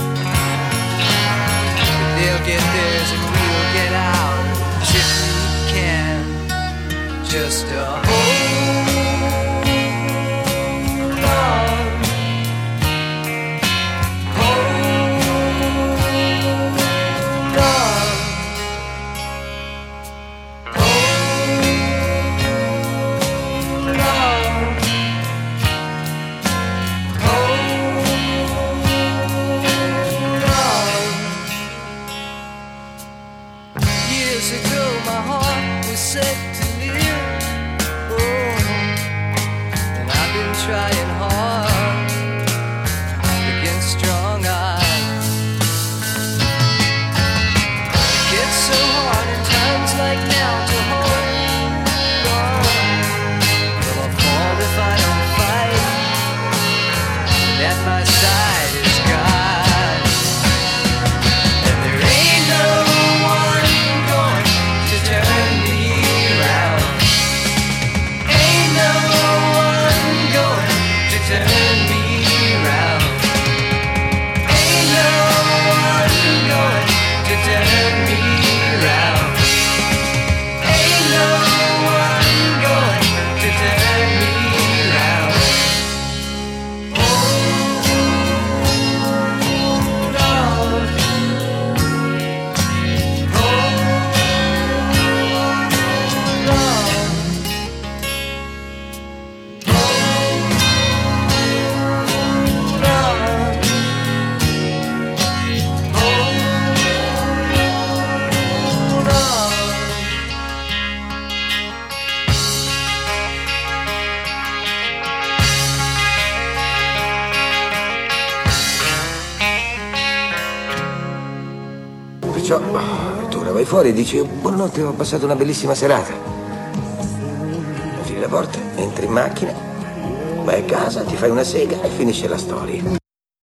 But they'll get theirs and we'll get ours if we can. Just a hold on, hold on, hold on. Years ago, my heart was set to live. Oh, and I've been trying hard against strong odds. It gets so hard in times like now to hold on. Will I fall if I don't fight? And at my side is God. And there ain't no one going to turn me around. Ain't no one going Perciò tu ora vai fuori e dici buonanotte, ho passato una bellissima serata. Chiudi la porta, entri in macchina, vai a casa, ti fai una sega e finisce la storia.